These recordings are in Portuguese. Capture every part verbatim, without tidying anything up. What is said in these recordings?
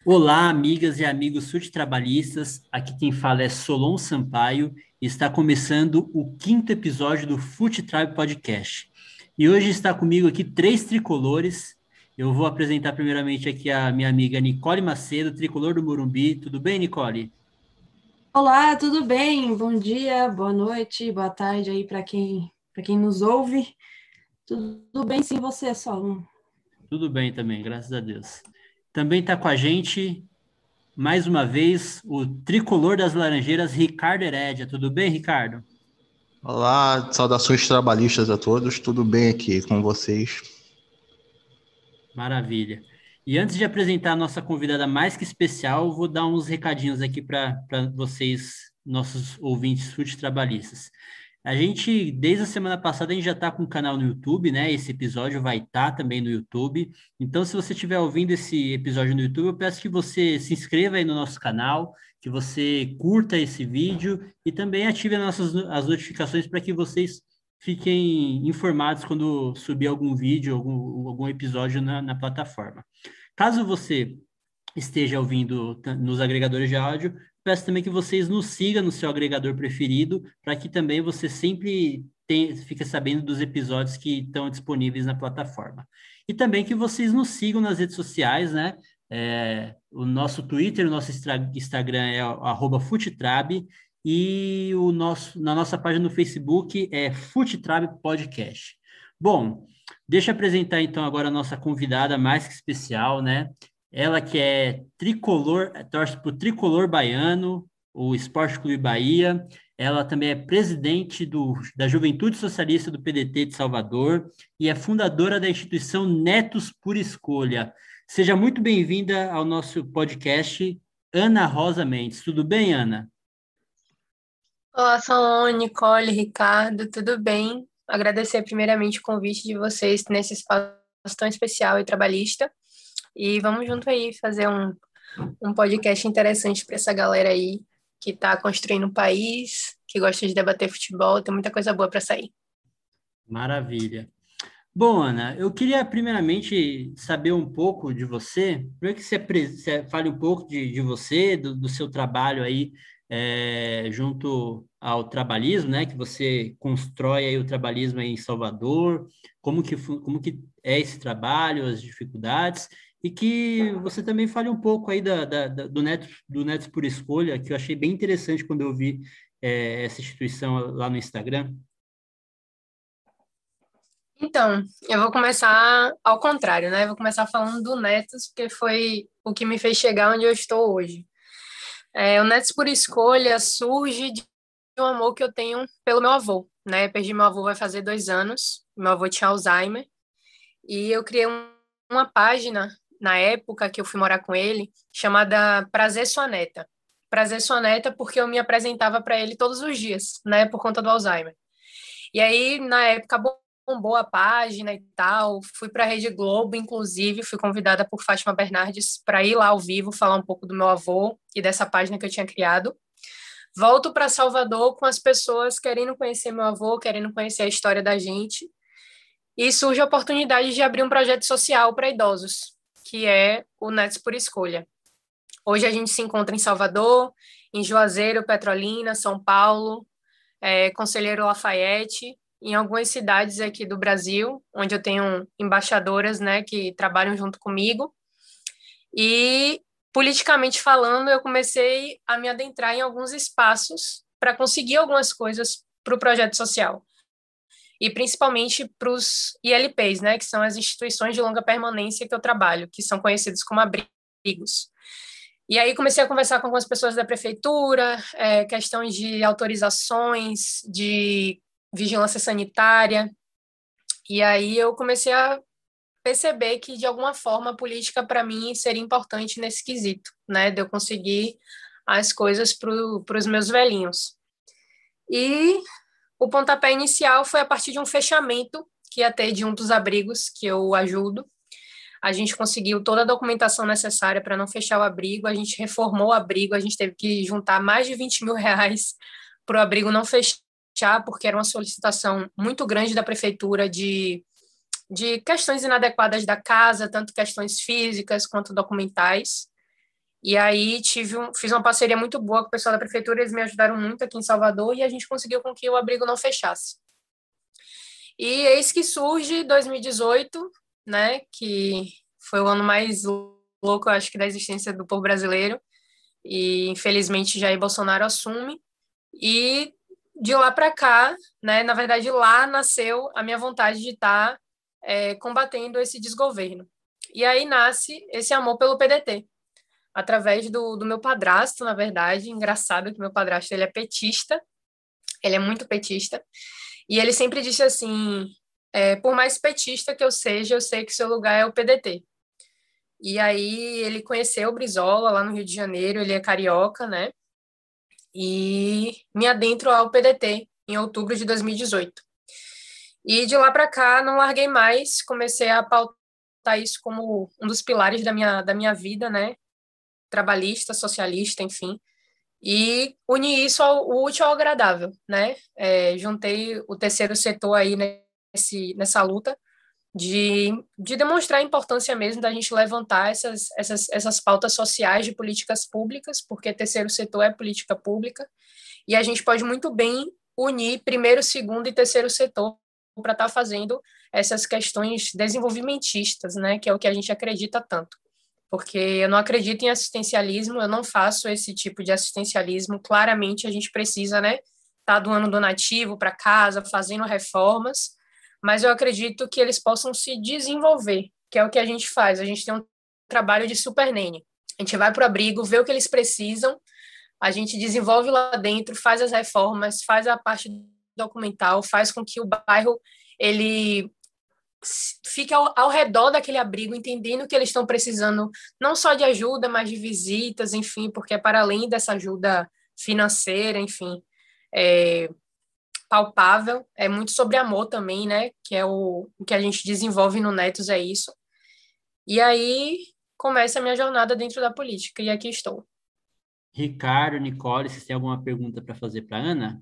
Olá, amigas e amigos surtrabalhistas. Aqui quem fala é Solon Sampaio e está começando o quinto episódio do Fute Tribe Podcast. E hoje está comigo aqui três tricolores. Eu vou apresentar primeiramente aqui a minha amiga Nicole Macedo, tricolor do Morumbi. Tudo bem, Nicole? Olá, tudo bem? Bom dia, boa noite, boa tarde aí para quem para quem nos ouve. Tudo bem, sim, você, Solon? Tudo bem também, graças a Deus. Também está com a gente, mais uma vez, o tricolor das Laranjeiras, Ricardo Herédia. Tudo bem, Ricardo? Olá, saudações trabalhistas a todos, tudo bem aqui com vocês? Maravilha. E antes de apresentar a nossa convidada mais que especial, eu vou dar uns recadinhos aqui para vocês, nossos ouvintes fute trabalhistas. A gente, desde a semana passada, a gente já está com um canal no YouTube, né? Esse episódio vai estar também no YouTube. Então, se você estiver ouvindo esse episódio no YouTube, eu peço que você se inscreva aí no nosso canal, que você curta esse vídeo e também ative as nossas as notificações para que vocês fiquem informados quando subir algum vídeo, algum, algum episódio na, na plataforma. Caso você esteja ouvindo nos agregadores de áudio, peço também que vocês nos sigam no seu agregador preferido, para que também você sempre tenha, fique sabendo dos episódios que estão disponíveis na plataforma. E também que vocês nos sigam nas redes sociais, né? É, o nosso Twitter, o nosso Instagram é arroba Futetrab, e o nosso, na nossa página no Facebook é Futetrab Podcast. Bom, deixa eu apresentar então agora a nossa convidada mais que especial, né? Ela que é tricolor, torce para o Tricolor Baiano, o Esporte Clube Bahia. Ela também é presidente do, da Juventude Socialista do P D T de Salvador e é fundadora da instituição Netos por Escolha. Seja muito bem-vinda ao nosso podcast, Ana Rosa Mendes. Tudo bem, Ana? Olá, Salom, Nicole, Ricardo, tudo bem? Agradecer primeiramente o convite de vocês nesse espaço tão especial e trabalhista. E vamos junto aí fazer um, um podcast interessante para essa galera aí que está construindo um país, que gosta de debater futebol, tem muita coisa boa para sair. Maravilha. Bom, Ana, eu queria primeiramente saber um pouco de você. Primeiro que você, você fale um pouco de, de você, do, do seu trabalho aí é, junto ao trabalhismo, né? Que você constrói aí o trabalhismo aí em Salvador, como que, fu- como que é esse trabalho, as dificuldades, e que você também fale um pouco aí da, da- da- do Netos, do Netos por Escolha, que eu achei bem interessante quando eu vi é, essa instituição lá no Instagram. Então, eu vou começar ao contrário, né? Eu vou começar falando do Netos, porque foi o que me fez chegar onde eu estou hoje. É, o Netos por Escolha surge de um amor que eu tenho pelo meu avô, né? Perdi meu avô vai fazer dois anos, meu avô tinha Alzheimer, e eu criei um- uma página, na época que eu fui morar com ele, chamada Prazer Sua Neta. Prazer Sua Neta porque eu me apresentava para ele todos os dias, né? Por conta do Alzheimer. E aí, na época, bombou a página e tal. Fui para a Rede Globo, inclusive, fui convidada por Fátima Bernardes para ir lá ao vivo falar um pouco do meu avô e dessa página que eu tinha criado. Volto para Salvador com as pessoas querendo conhecer meu avô, querendo conhecer a história da gente. E surge a oportunidade de abrir um projeto social para idosos, que é o Netos por Escolha. Hoje a gente se encontra em Salvador, em Juazeiro, Petrolina, São Paulo, é, Conselheiro Lafayette, em algumas cidades aqui do Brasil, onde eu tenho embaixadoras, né, que trabalham junto comigo. E, politicamente falando, eu comecei a me adentrar em alguns espaços para conseguir algumas coisas para o projeto social. E principalmente para os I L Ps, né, que são as instituições de longa permanência que eu trabalho, que são conhecidos como abrigos. E aí comecei a conversar com algumas pessoas da prefeitura, é, questões de autorizações, de vigilância sanitária, e aí eu comecei a perceber que, de alguma forma, a política, para mim, seria importante nesse quesito, né, de eu conseguir as coisas para os meus velhinhos. E o pontapé inicial foi a partir de um fechamento que ia ter de um dos abrigos que eu ajudo. A gente conseguiu toda a documentação necessária para não fechar o abrigo, a gente reformou o abrigo, a gente teve que juntar mais de vinte mil reais para o abrigo não fechar, porque era uma solicitação muito grande da prefeitura de, de questões inadequadas da casa, tanto questões físicas quanto documentais. E aí tive um, fiz uma parceria muito boa com o pessoal da prefeitura, eles me ajudaram muito aqui em Salvador e a gente conseguiu com que o abrigo não fechasse. E eis que surge dois mil e dezoito, né, que foi o ano mais louco, eu acho que, da existência do povo brasileiro, e infelizmente Jair Bolsonaro assume, e de lá para cá, né, na verdade lá nasceu a minha vontade de estar é, combatendo esse desgoverno. E aí nasce esse amor pelo P D T, através do, do meu padrasto, na verdade. Engraçado que meu padrasto, ele é petista, ele é muito petista, e ele sempre disse assim, é, por mais petista que eu seja, eu sei que seu lugar é o P D T. E aí ele conheceu o Brizola lá no Rio de Janeiro, ele é carioca, né? E me adentro ao P D T em outubro de dois mil e dezoito. E de lá para cá não larguei mais, comecei a pautar isso como um dos pilares da minha, da minha vida, né? Trabalhista, socialista, enfim. E uni isso ao o útil ao agradável, né? É, juntei o terceiro setor aí nesse, nessa luta de, de demonstrar a importância mesmo da gente levantar essas, essas, essas pautas sociais de políticas públicas, porque terceiro setor é política pública, e a gente pode muito bem unir primeiro, segundo e terceiro setor para estar tá fazendo essas questões desenvolvimentistas, né, que é o que a gente acredita tanto. Porque eu não acredito em assistencialismo, eu não faço esse tipo de assistencialismo. Claramente a gente precisa, né, tá doando donativo para casa, fazendo reformas, mas eu acredito que eles possam se desenvolver, que é o que a gente faz. A gente tem um trabalho de super nene. A gente vai para o abrigo, vê o que eles precisam, a gente desenvolve lá dentro, faz as reformas, faz a parte documental, faz com que o bairro ele fique ao, ao redor daquele abrigo, entendendo que eles estão precisando não só de ajuda, mas de visitas, enfim, porque é para além dessa ajuda financeira, enfim, é, palpável, é muito sobre amor também, né, que é o, o que a gente desenvolve no Netos, é isso. E aí começa a minha jornada dentro da política, e aqui estou. Ricardo, Nicole, vocês têm alguma pergunta para fazer para Ana?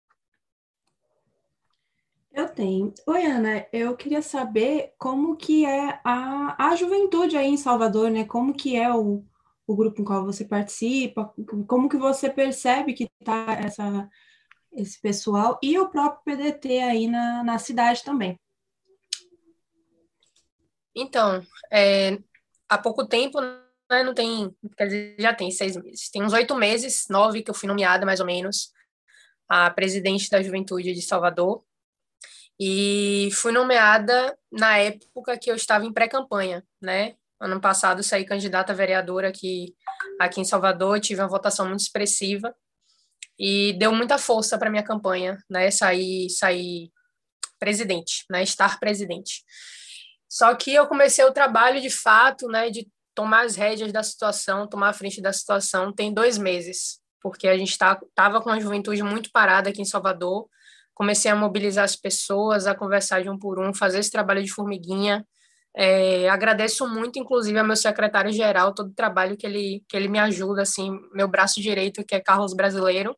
Eu tenho. Oi, Ana, eu queria saber como que é a, a juventude aí em Salvador, né? Como que é o, o grupo em qual você participa, como que você percebe que tá essa, esse pessoal e o próprio P D T aí na, na cidade também. Então, é, há pouco tempo, né, não tem, quer dizer, já tem seis meses, tem uns oito meses, nove, que eu fui nomeada, mais ou menos, a presidente da Juventude de Salvador, e fui nomeada na época que eu estava em pré-campanha, né? Ano passado saí candidata a vereadora aqui, aqui em Salvador, tive uma votação muito expressiva e deu muita força para minha campanha, né? Sair, sair presidente, né? Estar presidente. Só que eu comecei o trabalho de fato, né? De tomar as rédeas da situação, tomar a frente da situação, tem dois meses, porque a gente estava tá, com a juventude muito parada aqui em Salvador. Comecei a mobilizar as pessoas, a conversar de um por um, fazer esse trabalho de formiguinha. É, agradeço muito, inclusive, ao meu secretário-geral, todo o trabalho que ele, que ele me ajuda, assim, meu braço direito, que é Carlos Brasileiro.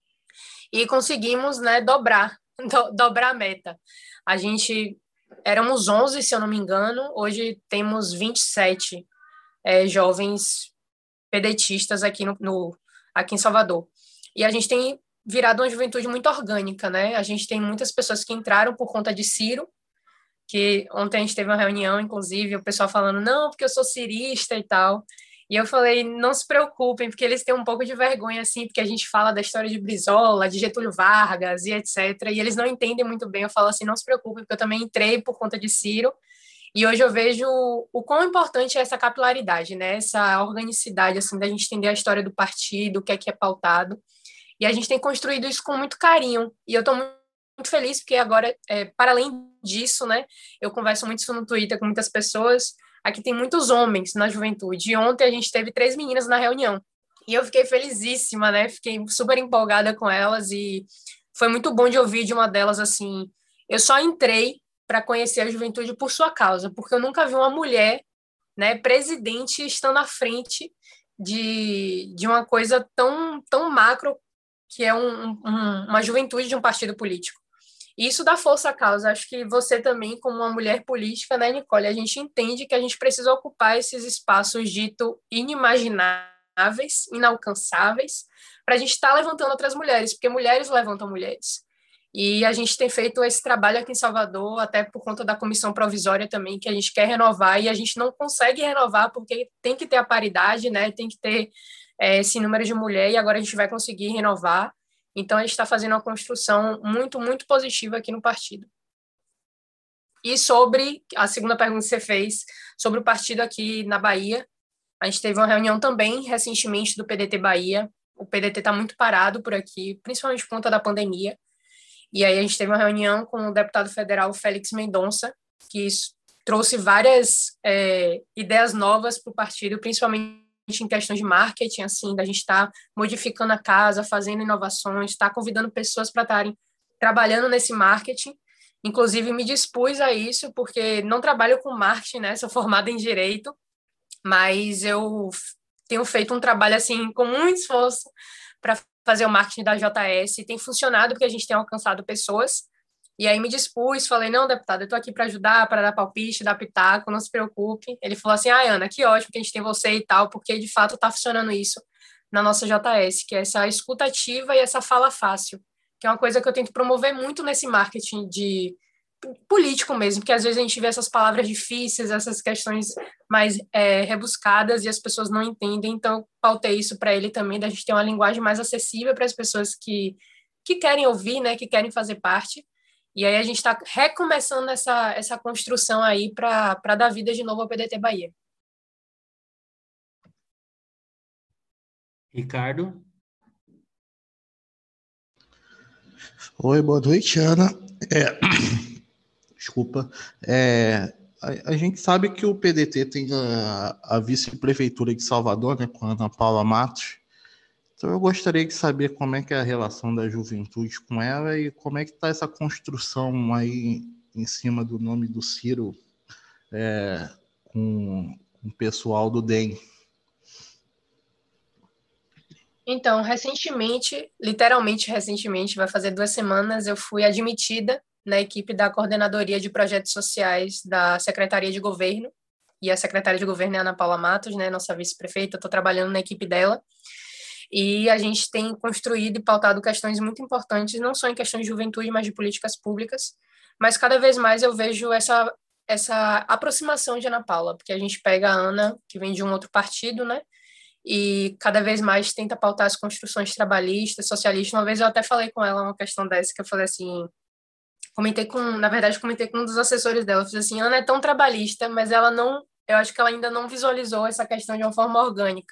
E conseguimos, né, dobrar, do, dobrar a meta. A gente, éramos onze, se eu não me engano, hoje temos vinte e sete é, jovens pedetistas aqui, no, no, aqui em Salvador. E a gente tem virado uma juventude muito orgânica, né? A gente tem muitas pessoas que entraram por conta de Ciro, que ontem a gente teve uma reunião, inclusive, o pessoal falando, não, porque eu sou cirista e tal. E eu falei, não se preocupem, porque eles têm um pouco de vergonha, assim, porque a gente fala da história de Brizola, de Getúlio Vargas e etcétera. E eles não entendem muito bem. Eu falo assim, não se preocupem, porque eu também entrei por conta de Ciro. E hoje eu vejo o quão importante é essa capilaridade, né? Essa organicidade, assim, da gente entender a história do partido, o que é que é pautado. E a gente tem construído isso com muito carinho. E eu estou muito feliz, porque agora, é, para além disso, né, eu converso muito isso no Twitter com muitas pessoas. Aqui tem muitos homens na juventude. E ontem a gente teve três meninas na reunião. E eu fiquei felizíssima, né? Fiquei super empolgada com elas. E foi muito bom de ouvir de uma delas assim: eu só entrei para conhecer a juventude por sua causa, porque eu nunca vi uma mulher, né, presidente, estando à frente de, de uma coisa tão, tão macro, que é um, um, uma juventude de um partido político. E isso dá força à causa. Acho que você também, como uma mulher política, né, Nicole, a gente entende que a gente precisa ocupar esses espaços dito inimagináveis, inalcançáveis, para a gente estar tá levantando outras mulheres, porque mulheres levantam mulheres. E a gente tem feito esse trabalho aqui em Salvador, até por conta da comissão provisória também, que a gente quer renovar, e a gente não consegue renovar, porque tem que ter a paridade, né? Tem que ter é, esse número de mulher, e agora a gente vai conseguir renovar. Então, a gente está fazendo uma construção muito, muito positiva aqui no partido. E sobre a segunda pergunta que você fez, sobre o partido aqui na Bahia, a gente teve uma reunião também, recentemente, do P D T Bahia. O P D T está muito parado por aqui, principalmente por conta da pandemia. E aí a gente teve uma reunião com o deputado federal Félix Mendonça, que trouxe várias é, ideias novas para o partido, principalmente em questão de marketing, assim, da gente estar tá modificando a casa, fazendo inovações, estar tá convidando pessoas para estarem trabalhando nesse marketing. Inclusive, me dispus a isso, porque não trabalho com marketing, né? Sou formada em Direito, mas eu tenho feito um trabalho, assim, com muito esforço para fazer o marketing da J S, e tem funcionado porque a gente tem alcançado pessoas. E aí me dispus, falei, não, deputado, eu estou aqui para ajudar, para dar palpite, dar pitaco, não se preocupe. Ele falou assim, ah, Ana, que ótimo que a gente tem você e tal, porque de fato está funcionando isso na nossa J S, que é essa escuta ativa e essa fala fácil, que é uma coisa que eu tento promover muito nesse marketing de político mesmo, porque às vezes a gente vê essas palavras difíceis, essas questões mais é, rebuscadas e as pessoas não entendem, então eu pautei isso para ele também, da gente ter uma linguagem mais acessível para as pessoas que, que querem ouvir, né, que querem fazer parte, e aí a gente está recomeçando essa, essa construção aí para dar vida de novo ao P D T Bahia. Ricardo? Oi, boa noite, Ana. É, desculpa. É, a, a gente sabe que o P D T tem a, a vice-prefeitura de Salvador, né, com a Ana Paula Matos. Então eu gostaria de saber como é que é a relação da juventude com ela e como é que está essa construção aí em cima do nome do Ciro é, com, com o pessoal do D E M. Então, recentemente, literalmente recentemente, vai fazer duas semanas, eu fui admitida na equipe da Coordenadoria de Projetos Sociais da Secretaria de Governo, e a secretária de Governo é a Ana Paula Matos, né, nossa vice-prefeita, eu estou trabalhando na equipe dela, e a gente tem construído e pautado questões muito importantes, não só em questões de juventude, mas de políticas públicas, mas cada vez mais eu vejo essa, essa aproximação de Ana Paula, porque a gente pega a Ana, que vem de um outro partido, né, e cada vez mais tenta pautar as construções trabalhistas, socialistas. Uma vez eu até falei com ela uma questão dessa, que eu falei assim, comentei com, na verdade, comentei com um dos assessores dela, eu falei assim, Ana é tão trabalhista, mas ela não, eu acho que ela ainda não visualizou essa questão de uma forma orgânica,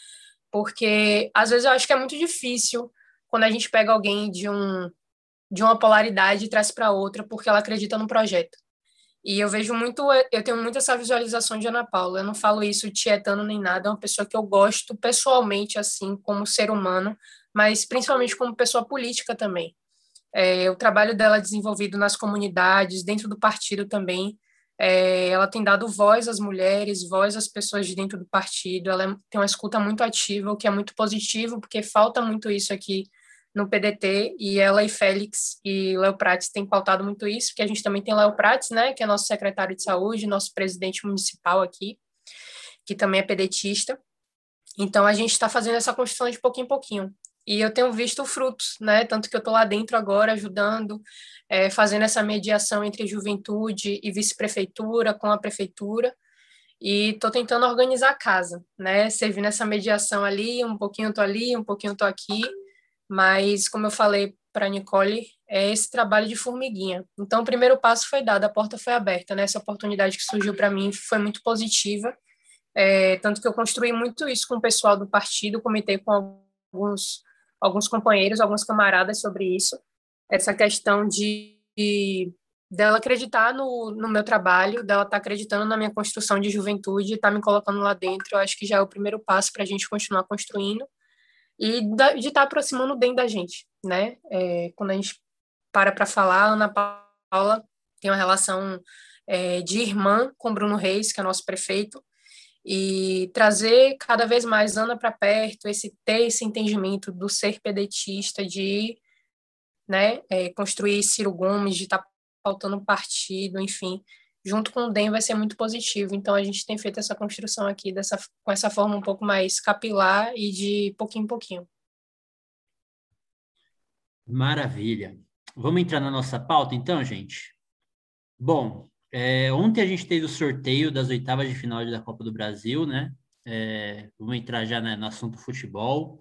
porque às vezes eu acho que é muito difícil quando a gente pega alguém de, um, de uma polaridade e traz para outra, porque ela acredita no projeto. E eu vejo muito, eu tenho muito essa visualização de Ana Paula. Eu não falo isso tietando nem nada, é uma pessoa que eu gosto pessoalmente, assim, como ser humano, mas principalmente como pessoa política também. É, o trabalho dela desenvolvido nas comunidades, dentro do partido também, é, ela tem dado voz às mulheres, voz às pessoas de dentro do partido, ela é, tem uma escuta muito ativa, o que é muito positivo, porque falta muito isso aqui no P D T, e ela e Félix e Léo Prates têm pautado muito isso, porque a gente também tem Léo Prates, né, que é nosso secretário de saúde, nosso presidente municipal aqui, que também é pedetista. Então, a gente está fazendo essa construção de pouquinho em pouquinho. E eu tenho visto frutos, né, tanto que eu estou lá dentro agora ajudando, é, fazendo essa mediação entre juventude e vice-prefeitura com a prefeitura, e estou tentando organizar a casa, né, servindo essa mediação ali, um pouquinho estou ali, um pouquinho estou aqui, mas, como eu falei para a Nicole, é esse trabalho de formiguinha. Então, o primeiro passo foi dado, a porta foi aberta, né? Essa oportunidade que surgiu para mim foi muito positiva, é, tanto que eu construí muito isso com o pessoal do partido, comentei com alguns, alguns companheiros, alguns camaradas sobre isso, essa questão de, de dela acreditar no, no meu trabalho, dela estar tá acreditando na minha construção de juventude, estar tá me colocando lá dentro, eu acho que já é o primeiro passo para a gente continuar construindo, e de estar aproximando bem da gente, né? É, quando a gente para para falar, a Ana Paula tem uma relação é, de irmã com Bruno Reis, que é nosso prefeito, e trazer cada vez mais Ana para perto, esse ter esse entendimento do ser pedetista, de, né, é, construir Ciro Gomes, de estar pautando um partido, enfim, junto com o D E M vai ser muito positivo. Então, a gente tem feito essa construção aqui dessa, com essa forma um pouco mais capilar e de pouquinho em pouquinho. Maravilha. Vamos entrar na nossa pauta, então, gente? Bom, é, ontem a gente teve o sorteio das oitavas de final da Copa do Brasil, né? É, vamos entrar já, né, no assunto futebol.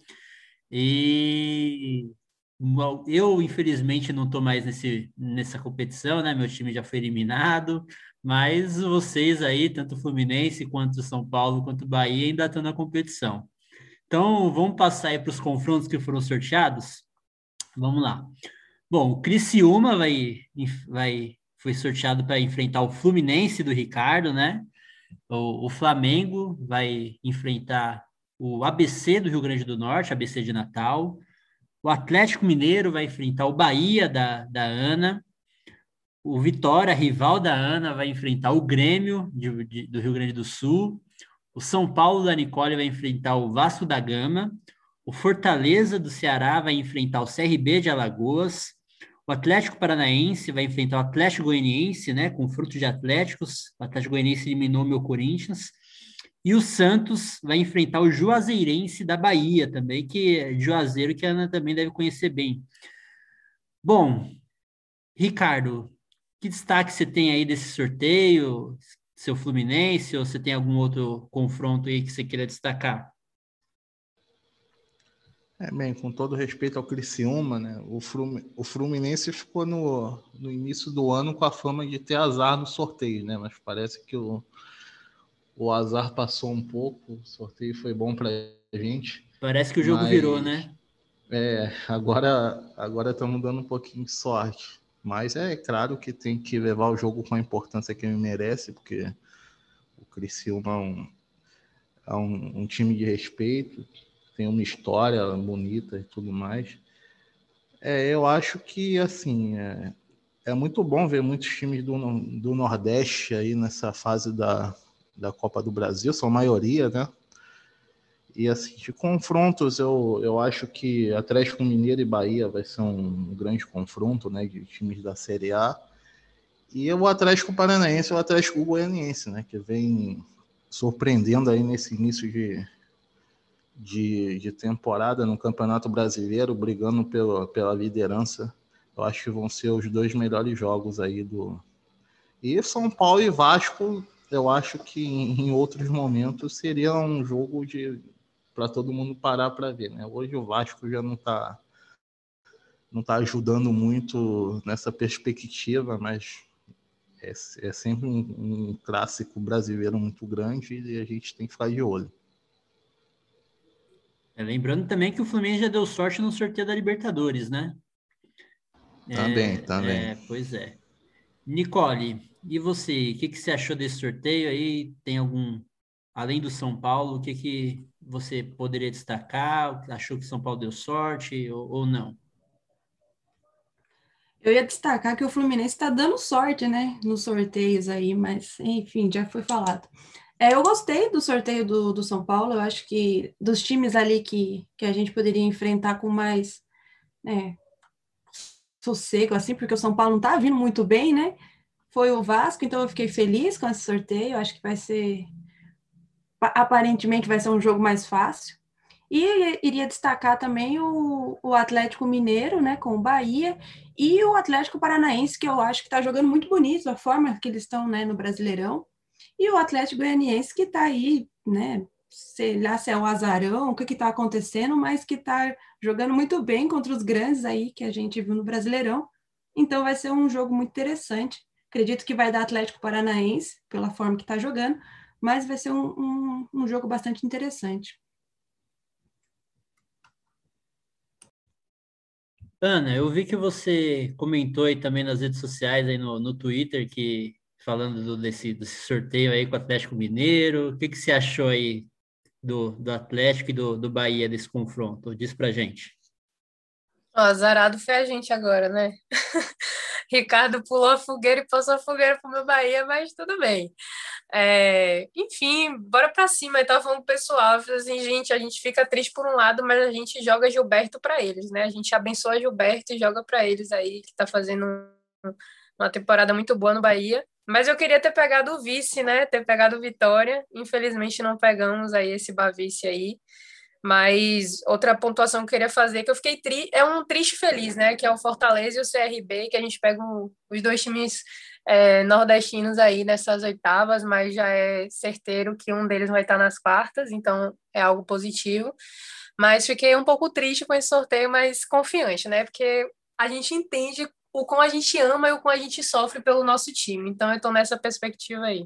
E bom, eu, infelizmente, não estou mais nesse, nessa competição, né? Meu time já foi eliminado, mas vocês aí, tanto o Fluminense quanto o São Paulo, quanto o Bahia, ainda estão na competição. Então, vamos passar aí para os confrontos que foram sorteados? Vamos lá. Bom, o Criciúma vai, vai, foi sorteado para enfrentar o Fluminense do Ricardo, né? O, o Flamengo vai enfrentar o A B C do Rio Grande do Norte, A B C de Natal. O Atlético Mineiro vai enfrentar o Bahia da, da Ana. O Vitória, rival da Ana, vai enfrentar o Grêmio de, de, do Rio Grande do Sul. O São Paulo da Nicole vai enfrentar o Vasco da Gama. O Fortaleza do Ceará vai enfrentar o C R B de Alagoas. O Atlético Paranaense vai enfrentar o Atlético Goianiense, né? Confronto de Atléticos. O Atlético Goianiense eliminou o meu Corinthians. E o Santos vai enfrentar o Juazeirense da Bahia também, que é Juazeiro, que a Ana também deve conhecer bem. Bom, Ricardo, que destaque você tem aí desse sorteio? Seu Fluminense, ou você tem algum outro confronto aí que você queira destacar? É, bem, com todo respeito ao Criciúma, né? O, Frum, o Fluminense ficou no, no início do ano com a fama de ter azar no sorteio, né? Mas parece que o, o azar passou um pouco, o sorteio foi bom pra gente. Parece que o jogo mas, virou, né? É, agora agora estamos dando um pouquinho de sorte. Mas é claro que tem que levar o jogo com a importância que ele merece, porque o Criciúma é um, é um, um time de respeito, tem uma história bonita e tudo mais. É, eu acho que, assim, é, é muito bom ver muitos times do, do Nordeste aí nessa fase da, da Copa do Brasil, são a maioria, né? E, assim, de confrontos, eu, eu acho que Atlético Mineiro e Bahia vai ser um grande confronto, né, de times da Série A. E o Atlético Paranaense e o Atlético Goianiense, né, que vem surpreendendo aí nesse início de, de, de temporada no Campeonato Brasileiro, brigando pela, pela liderança. Eu acho que vão ser os dois melhores jogos aí do... E São Paulo e Vasco, eu acho que em, em outros momentos seria um jogo de para todo mundo parar para ver, né? Hoje o Vasco já não está não tá ajudando muito nessa perspectiva, mas é, é sempre um, um clássico brasileiro muito grande e a gente tem que ficar de olho. É, lembrando também que o Fluminense já deu sorte no sorteio da Libertadores, né? Também, É, também. é, pois é. Nicole, e você? O que, que você achou desse sorteio aí? Tem algum, além do São Paulo, o que, que você poderia destacar? Achou que São Paulo deu sorte ou, ou não? Eu ia destacar que o Fluminense está dando sorte, né, nos sorteios aí, mas enfim, já foi falado. É, eu gostei do sorteio do, do São Paulo, eu acho que dos times ali que, que a gente poderia enfrentar com mais, né, sossego, assim, porque o São Paulo não tá vindo muito bem, né? Foi o Vasco, então eu fiquei feliz com esse sorteio, acho que vai ser, aparentemente vai ser um jogo mais fácil. E iria destacar também o, o Atlético Mineiro, né, com o Bahia, e o Atlético Paranaense, que eu acho que está jogando muito bonito, a forma que eles estão, né, no Brasileirão, e o Atlético Goianiense, que está aí, né, sei lá se é o azarão, o que está acontecendo, mas que está jogando muito bem contra os grandes aí que a gente viu no Brasileirão. Então vai ser um jogo muito interessante. Acredito que vai dar Atlético Paranaense, pela forma que está jogando, mas vai ser um, um, um jogo bastante interessante. Ana, eu vi que você comentou aí também nas redes sociais, aí no, no Twitter, que falando do, desse, desse sorteio aí com o Atlético Mineiro. O que, que você achou aí do, do Atlético e do, do Bahia desse confronto? Diz pra gente. Ó, azarado foi a gente agora, né? Ricardo pulou a fogueira e passou a fogueira pro meu Bahia, mas tudo bem. É, enfim, bora pra cima. Eu tava falando pro pessoal, eu falei assim, gente, a gente fica triste por um lado, mas a gente joga Gilberto pra eles, né? A gente abençoa Gilberto e joga pra eles aí, que tá fazendo uma temporada muito boa no Bahia. Mas eu queria ter pegado o vice, né? Ter pegado o Vitória. Infelizmente não pegamos aí esse Bavice aí. Mas outra pontuação que eu queria fazer, que eu fiquei tri... é um triste feliz, né? Que é o Fortaleza e o C R B, que a gente pega um... os dois times é, nordestinos aí nessas oitavas, mas já é certeiro que um deles vai estar nas quartas, então é algo positivo. Mas fiquei um pouco triste com esse sorteio, mas confiante, né? Porque a gente entende o quão a gente ama e o quão a gente sofre pelo nosso time. Então eu estou nessa perspectiva aí.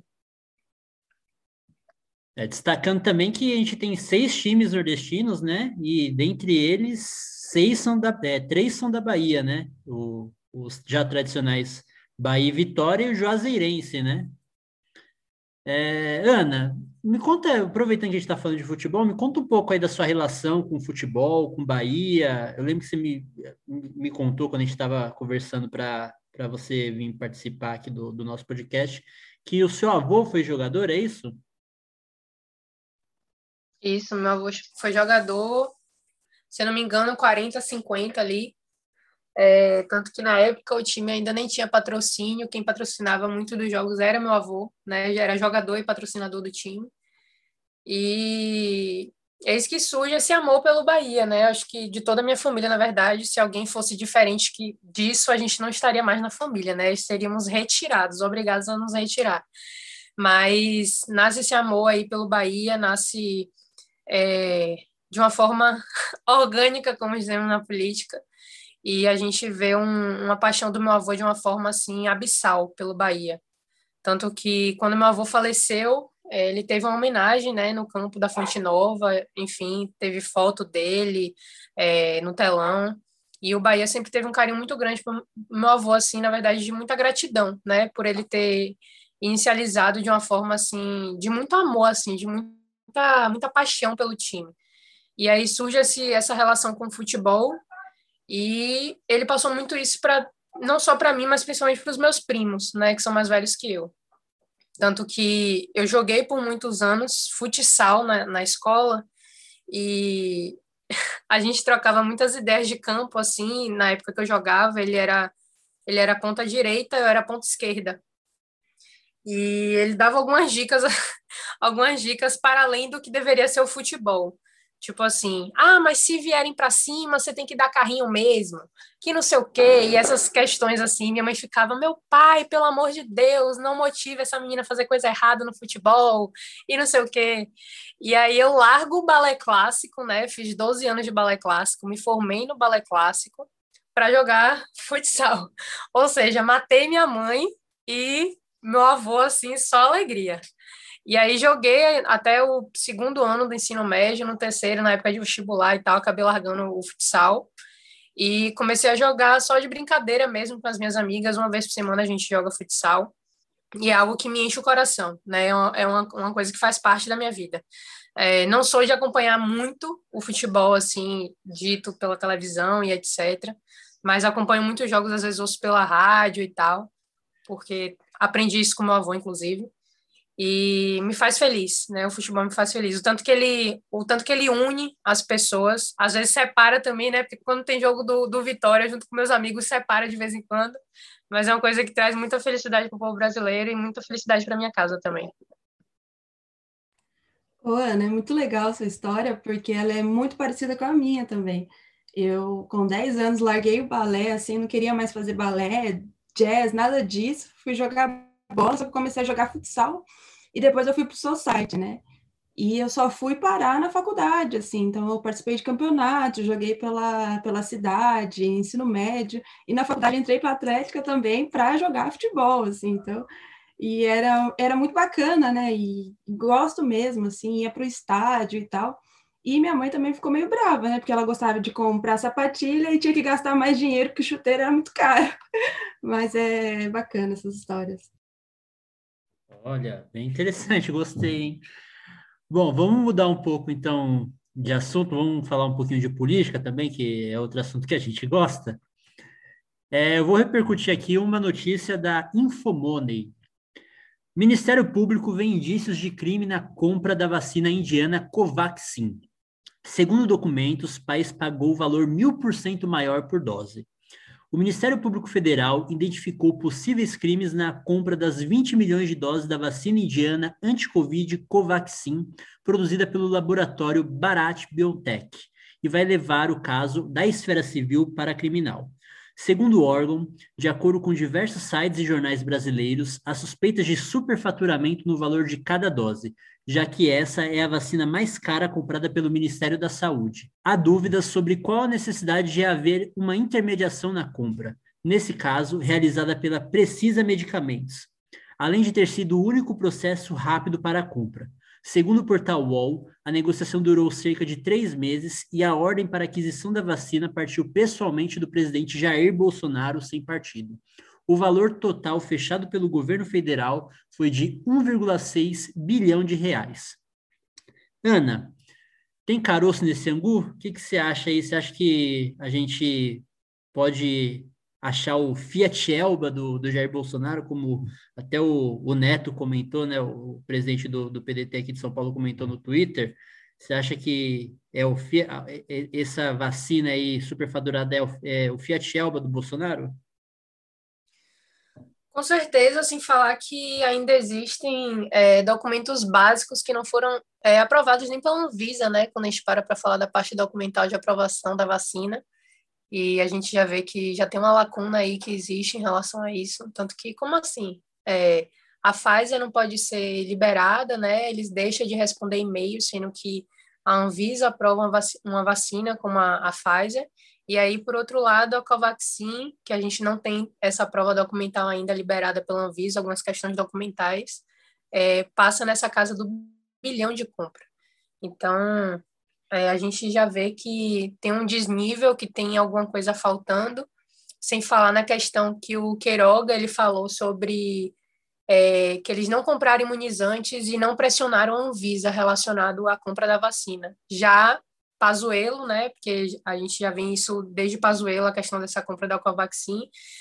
É, destacando também que a gente tem seis times nordestinos, né? E dentre eles, seis são da, é, três são da Bahia, né? O, os já tradicionais Bahia e Vitória e o Juazeirense, né? É, Ana, me conta, aproveitando que a gente está falando de futebol, me conta um pouco aí da sua relação com o futebol, com Bahia. Eu lembro que você me, me contou quando a gente estava conversando para para você vir participar aqui do, do nosso podcast, que o seu avô foi jogador, é isso? Isso, meu avô foi jogador, se eu não me engano, quarenta, cinquenta ali. É, tanto que na época o time ainda nem tinha patrocínio, quem patrocinava muito dos jogos era meu avô, né? Já era jogador e patrocinador do time. E eis que surge esse amor pelo Bahia, né? Acho que de toda a minha família, na verdade, se alguém fosse diferente que disso, a gente não estaria mais na família, né? Seríamos retirados, obrigados a nos retirar. Mas nasce esse amor aí pelo Bahia, nasce é, de uma forma orgânica, como dizemos na política, e a gente vê um, uma paixão do meu avô de uma forma assim abissal pelo Bahia. Tanto que quando meu avô faleceu, é, ele teve uma homenagem, né, no campo da Fonte Nova, enfim, teve foto dele é, no telão. E o Bahia sempre teve um carinho muito grande por meu avô, assim, na verdade, de muita gratidão, né, por ele ter inicializado de uma forma assim, de muito amor, assim, de muita, muita paixão pelo time. E aí surge esse, essa relação com o futebol, e ele passou muito isso para não só para mim, mas principalmente para os meus primos, né, que são mais velhos que eu. Tanto que eu joguei por muitos anos futsal na, na escola e a gente trocava muitas ideias de campo, assim, na época que eu jogava, ele era, ele era ponta direita, eu era ponta esquerda. E ele dava algumas dicas, algumas dicas para além do que deveria ser o futebol. Tipo assim, ah, mas se vierem para cima, você tem que dar carrinho mesmo, que não sei o quê. E essas questões assim, minha mãe ficava, meu pai, pelo amor de Deus, não motive essa menina a fazer coisa errada no futebol, e não sei o quê. E aí eu largo o balé clássico, né? Fiz doze anos de balé clássico, me formei no balé clássico para jogar futsal. Ou seja, matei minha mãe e meu avô, assim, só alegria. E aí joguei até o segundo ano do ensino médio, no terceiro, na época de vestibular e tal, acabei largando o futsal. E comecei a jogar só de brincadeira mesmo com as minhas amigas. Uma vez por semana a gente joga futsal. E é algo que me enche o coração, né? É uma, uma coisa que faz parte da minha vida. É, não sou de acompanhar muito o futebol, assim, dito pela televisão e etcétera. Mas acompanho muitos jogos, às vezes ouço pela rádio e tal, porque aprendi isso com meu avô, inclusive. E me faz feliz, né? O futebol me faz feliz. O tanto que ele, o tanto que ele une as pessoas, às vezes separa também, né? Porque quando tem jogo do, do Vitória, junto com meus amigos, separa de vez em quando. Mas é uma coisa que traz muita felicidade para o povo brasileiro e muita felicidade para minha casa também. Ô, Ana, é muito legal essa história, porque ela é muito parecida com a minha também. Eu, com dez anos, larguei o balé, assim, não queria mais fazer balé, jazz, nada disso. Fui jogar bola, só que comecei a jogar futsal. E depois eu fui para o society, né? E eu só fui parar na faculdade, assim. Então, eu participei de campeonatos, joguei pela, pela cidade, ensino médio. E na faculdade entrei para Atlética também para jogar futebol, assim. Então, e era, era muito bacana, né? E, e gosto mesmo, assim, ia para o estádio e tal. E minha mãe também ficou meio brava, né? Porque ela gostava de comprar sapatilha e tinha que gastar mais dinheiro porque o chuteiro era muito caro. Mas é bacana essas histórias. Olha, bem interessante, gostei, hein? Bom, vamos mudar um pouco então de assunto, vamos falar um pouquinho de política também, que é outro assunto que a gente gosta. É, eu vou repercutir aqui uma notícia da Infomoney. Ministério Público vê indícios de crime na compra da vacina indiana Covaxin. Segundo documentos, o país pagou o valor mil por cento maior por dose. O Ministério Público Federal identificou possíveis crimes na compra das vinte milhões de doses da vacina indiana anti-Covid Covaxin, produzida pelo laboratório Bharat Biotech, e vai levar o caso da esfera civil para a criminal. Segundo o órgão, de acordo com diversos sites e jornais brasileiros, há suspeitas de superfaturamento no valor de cada dose, já que essa é a vacina mais cara comprada pelo Ministério da Saúde. Há dúvidas sobre qual a necessidade de haver uma intermediação na compra, nesse caso, realizada pela Precisa Medicamentos, além de ter sido o único processo rápido para a compra. Segundo o portal U O L, a negociação durou cerca de três meses e a ordem para a aquisição da vacina partiu pessoalmente do presidente Jair Bolsonaro sem partido. O valor total fechado pelo governo federal foi de um vírgula seis bilhão de reais. Ana, tem caroço nesse angu? O que, que você acha aí? Você acha que a gente pode achar o Fiat Elba do, do Jair Bolsonaro, como até o, o Neto comentou, né, o presidente do, do P D T aqui de São Paulo comentou no Twitter? Você acha que é o Fiat, essa vacina aí superfaturada é o, é o Fiat Elba do Bolsonaro? Com certeza, sem falar que ainda existem é, documentos básicos que não foram é, aprovados nem pela Anvisa, né, quando a gente para para falar da parte documental de aprovação da vacina. E a gente já vê que já tem uma lacuna aí que existe em relação a isso. Tanto que, como assim? É, a Pfizer não pode ser liberada, né? Eles deixam de responder e-mails, sendo que a Anvisa aprova uma, vac uma vacina como a, a Pfizer. E aí, por outro lado, a Covaxin, que a gente não tem essa prova documental ainda liberada pela Anvisa, algumas questões documentais, é, passa nessa casa do bilhão de compra. Então... É, a gente já vê que tem um desnível, que tem alguma coisa faltando, sem falar na questão que o Queiroga ele falou sobre é, que eles não compraram imunizantes e não pressionaram a Anvisa relacionado à compra da vacina. Já Pazuello, né, porque a gente já vê isso desde Pazuello, a questão dessa compra da Covaxin,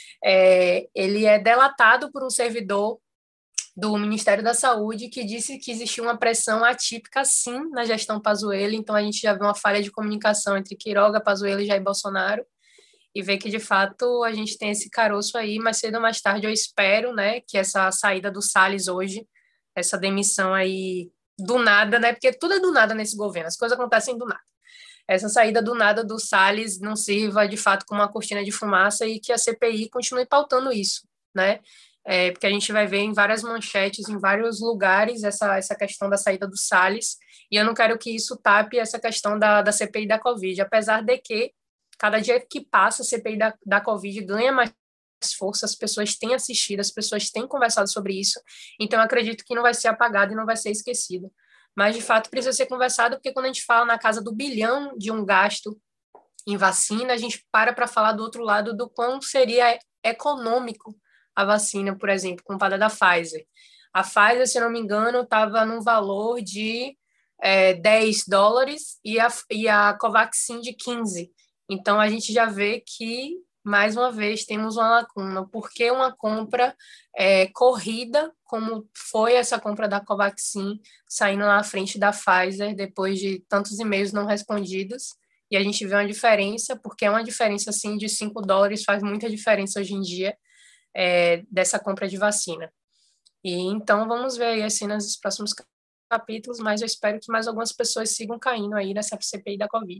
é, ele é delatado por um servidor do Ministério da Saúde, que disse que existia uma pressão atípica, sim, na gestão Pazuello. Então, a gente já vê uma falha de comunicação entre Queiroga, Pazuello e Jair Bolsonaro, e vê que, de fato, a gente tem esse caroço aí, mas cedo ou mais tarde eu espero, né, que essa saída do Salles hoje, essa demissão aí do nada, né, porque tudo é do nada nesse governo, as coisas acontecem do nada. Essa saída do nada do Salles não sirva, de fato, como uma cortina de fumaça e que a C P I continue pautando isso, né, É, porque a gente vai ver em várias manchetes, em vários lugares, essa, essa questão da saída do Salles, e eu não quero que isso tape essa questão da, da C P I da Covid, apesar de que, cada dia que passa, a C P I da, da Covid ganha mais força, as pessoas têm assistido, as pessoas têm conversado sobre isso, então eu acredito que não vai ser apagado e não vai ser esquecido. Mas, de fato, precisa ser conversado, porque quando a gente fala na casa do bilhão de um gasto em vacina, a gente para para falar do outro lado do quão seria econômico a vacina, por exemplo, comparada da Pfizer. A Pfizer, se não me engano, estava num valor de é, dez dólares e a, e a Covaxin de quinze. Então, a gente já vê que, mais uma vez, temos uma lacuna. Por que uma compra é, corrida, como foi essa compra da Covaxin, saindo lá à frente da Pfizer, depois de tantos e-mails não respondidos? E a gente vê uma diferença, porque é uma diferença, assim, de cinco dólares, faz muita diferença hoje em dia, É, dessa compra de vacina. E então vamos ver aí as cenas dos próximos capítulos, mas eu espero que mais algumas pessoas sigam caindo aí nessa C P I da Covid.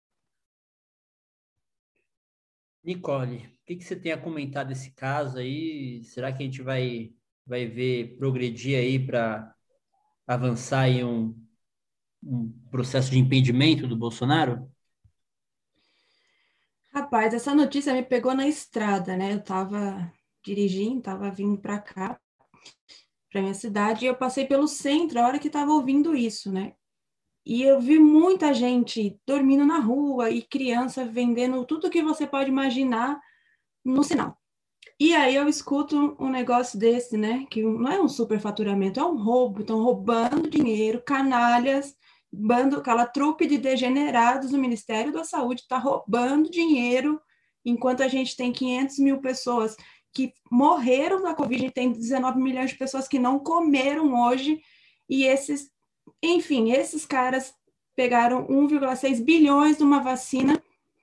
Nicole, o que, que você tem a comentar desse caso aí? Será que a gente vai, vai ver progredir aí para avançar em um, um processo de impedimento do Bolsonaro? Rapaz, essa notícia me pegou na estrada, né? Eu estava dirigindo, estava vindo para cá, para minha cidade, e eu passei pelo centro a hora que estava ouvindo isso, né? E eu vi muita gente dormindo na rua e criança vendendo tudo que você pode imaginar no sinal. E aí eu escuto um negócio desse, né? Que não é um superfaturamento, é um roubo. Estão roubando dinheiro, canalhas, bando, aquela trupe de degenerados do Ministério da Saúde está roubando dinheiro, enquanto a gente tem quinhentas mil pessoas que morreram da Covid, tem dezenove milhões de pessoas que não comeram hoje, e esses, enfim, esses caras pegaram um vírgula seis bilhões de uma vacina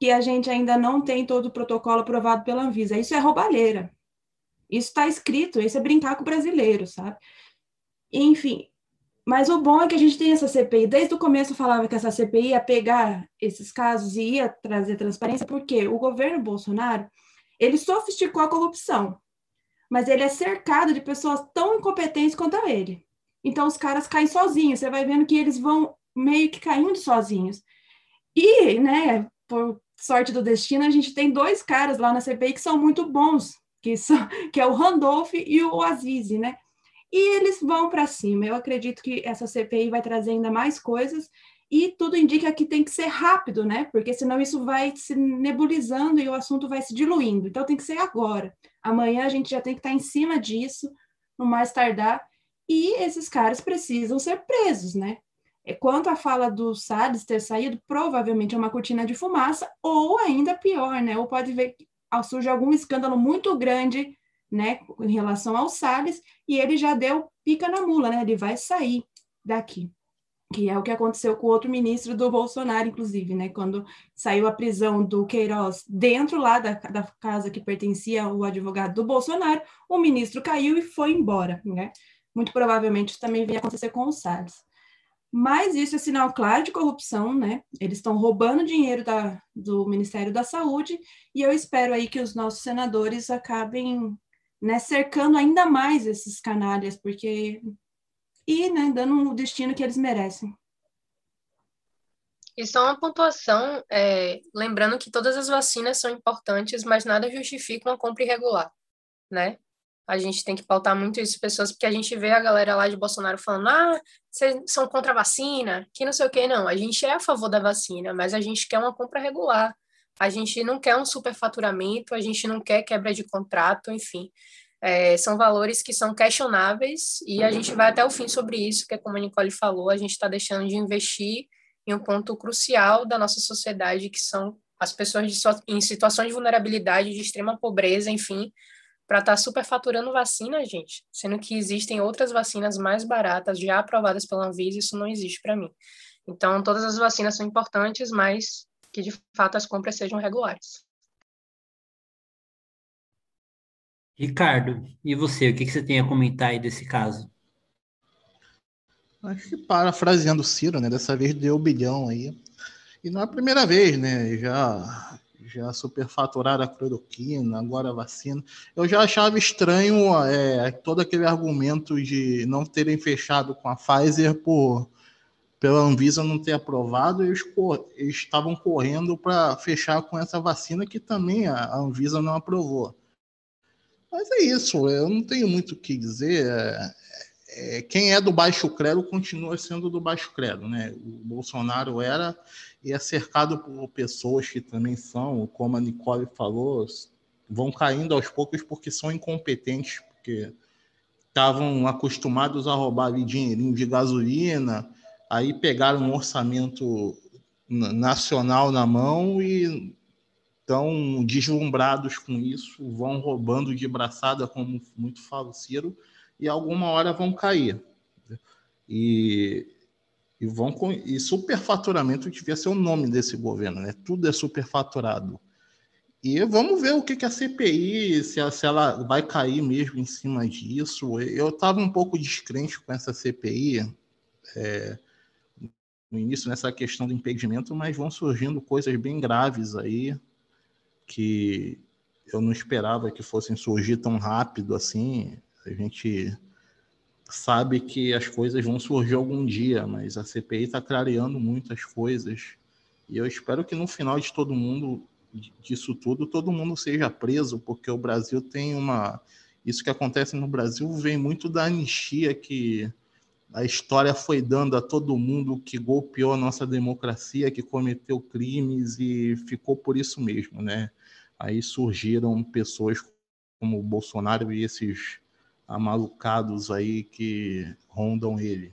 que a gente ainda não tem todo o protocolo aprovado pela Anvisa. Isso é roubalheira. Isso está escrito, isso é brincar com o brasileiro, sabe? Enfim, mas o bom é que a gente tem essa C P I. Desde o começo eu falava que essa C P I ia pegar esses casos e ia trazer transparência, porque o governo Bolsonaro, ele sofisticou a corrupção, mas ele é cercado de pessoas tão incompetentes quanto ele. Então os caras caem sozinhos, você vai vendo que eles vão meio que caindo sozinhos. E, né, por sorte do destino, a gente tem dois caras lá na C P I que são muito bons, que, são, que é o Randolph e o Aziz, né? E eles vão para cima. Eu acredito que essa C P I vai trazer ainda mais coisas e tudo indica que tem que ser rápido, né? Porque senão isso vai se nebulizando e o assunto vai se diluindo. Então tem que ser agora. Amanhã a gente já tem que estar em cima disso, no mais tardar. E esses caras precisam ser presos, né? Quanto à fala do Salles ter saído, provavelmente é uma cortina de fumaça, ou ainda pior, né? Ou pode ver que surge algum escândalo muito grande, né, em relação ao Salles, e ele já deu pica na mula, né? Ele vai sair daqui, que é o que aconteceu com o outro ministro do Bolsonaro, inclusive, né? Quando saiu a prisão do Queiroz dentro lá da, da casa que pertencia ao advogado do Bolsonaro, o ministro caiu e foi embora, né? Muito provavelmente isso também vai acontecer com o Salles. Mas isso é sinal claro de corrupção, né? Eles estão roubando dinheiro da, do Ministério da Saúde e eu espero aí que os nossos senadores acabem, né, cercando ainda mais esses canalhas, porque... e, né, dando o destino que eles merecem. E só uma pontuação, é, lembrando que todas as vacinas são importantes, mas nada justifica uma compra irregular, né? A gente tem que pautar muito isso, pessoas, porque a gente vê a galera lá de Bolsonaro falando, ah, vocês são contra a vacina, que não sei o quê. Não, a gente é a favor da vacina, mas a gente quer uma compra regular. A gente não quer um superfaturamento, a gente não quer quebra de contrato, enfim. É, são valores que são questionáveis e a gente vai até o fim sobre isso, porque como a Nicole falou, a gente está deixando de investir em um ponto crucial da nossa sociedade, que são as pessoas de, em situações de vulnerabilidade, de extrema pobreza, enfim, para estar tá superfaturando vacina, gente, sendo que existem outras vacinas mais baratas, já aprovadas pela Anvisa, isso não existe para mim. Então, todas as vacinas são importantes, mas que, de fato, as compras sejam regulares. Ricardo, e você, o que que você tem a comentar aí desse caso? Acho que parafraseando o Ciro, né? Dessa vez deu bilhão aí. E não é a primeira vez, né? Já, já superfaturaram a cloroquina, agora a vacina. Eu já achava estranho é, todo aquele argumento de não terem fechado com a Pfizer por pela Anvisa não ter aprovado, eles, eles estavam correndo para fechar com essa vacina que também a, a Anvisa não aprovou. Mas é isso, eu não tenho muito o que dizer. É, é, quem é do baixo clero continua sendo do baixo clero, né? O Bolsonaro era e é cercado por pessoas que também são, como a Nicole falou, vão caindo aos poucos porque são incompetentes, porque estavam acostumados a roubar ali dinheirinho de gasolina, aí pegaram um orçamento nacional na mão e estão deslumbrados com isso, vão roubando de braçada, como muito fala o Ciro, e alguma hora vão cair. E, e, vão, e superfaturamento devia ser o nome desse governo, né? Tudo é superfaturado. E vamos ver o que, que a C P I, se ela, se ela vai cair mesmo em cima disso. Eu estava um pouco descrente com essa C P I é, no início, nessa questão do impedimento, mas vão surgindo coisas bem graves aí que eu não esperava que fossem surgir tão rápido assim. A gente sabe que as coisas vão surgir algum dia, mas a C P I está clareando muitas coisas. E eu espero que no final de todo mundo, disso tudo, todo mundo seja preso, porque o Brasil tem uma... Isso que acontece no Brasil vem muito da anistia que a história foi dando a todo mundo que golpeou a nossa democracia, que cometeu crimes e ficou por isso mesmo, né? Aí surgiram pessoas como o Bolsonaro e esses amalucados aí que rondam ele.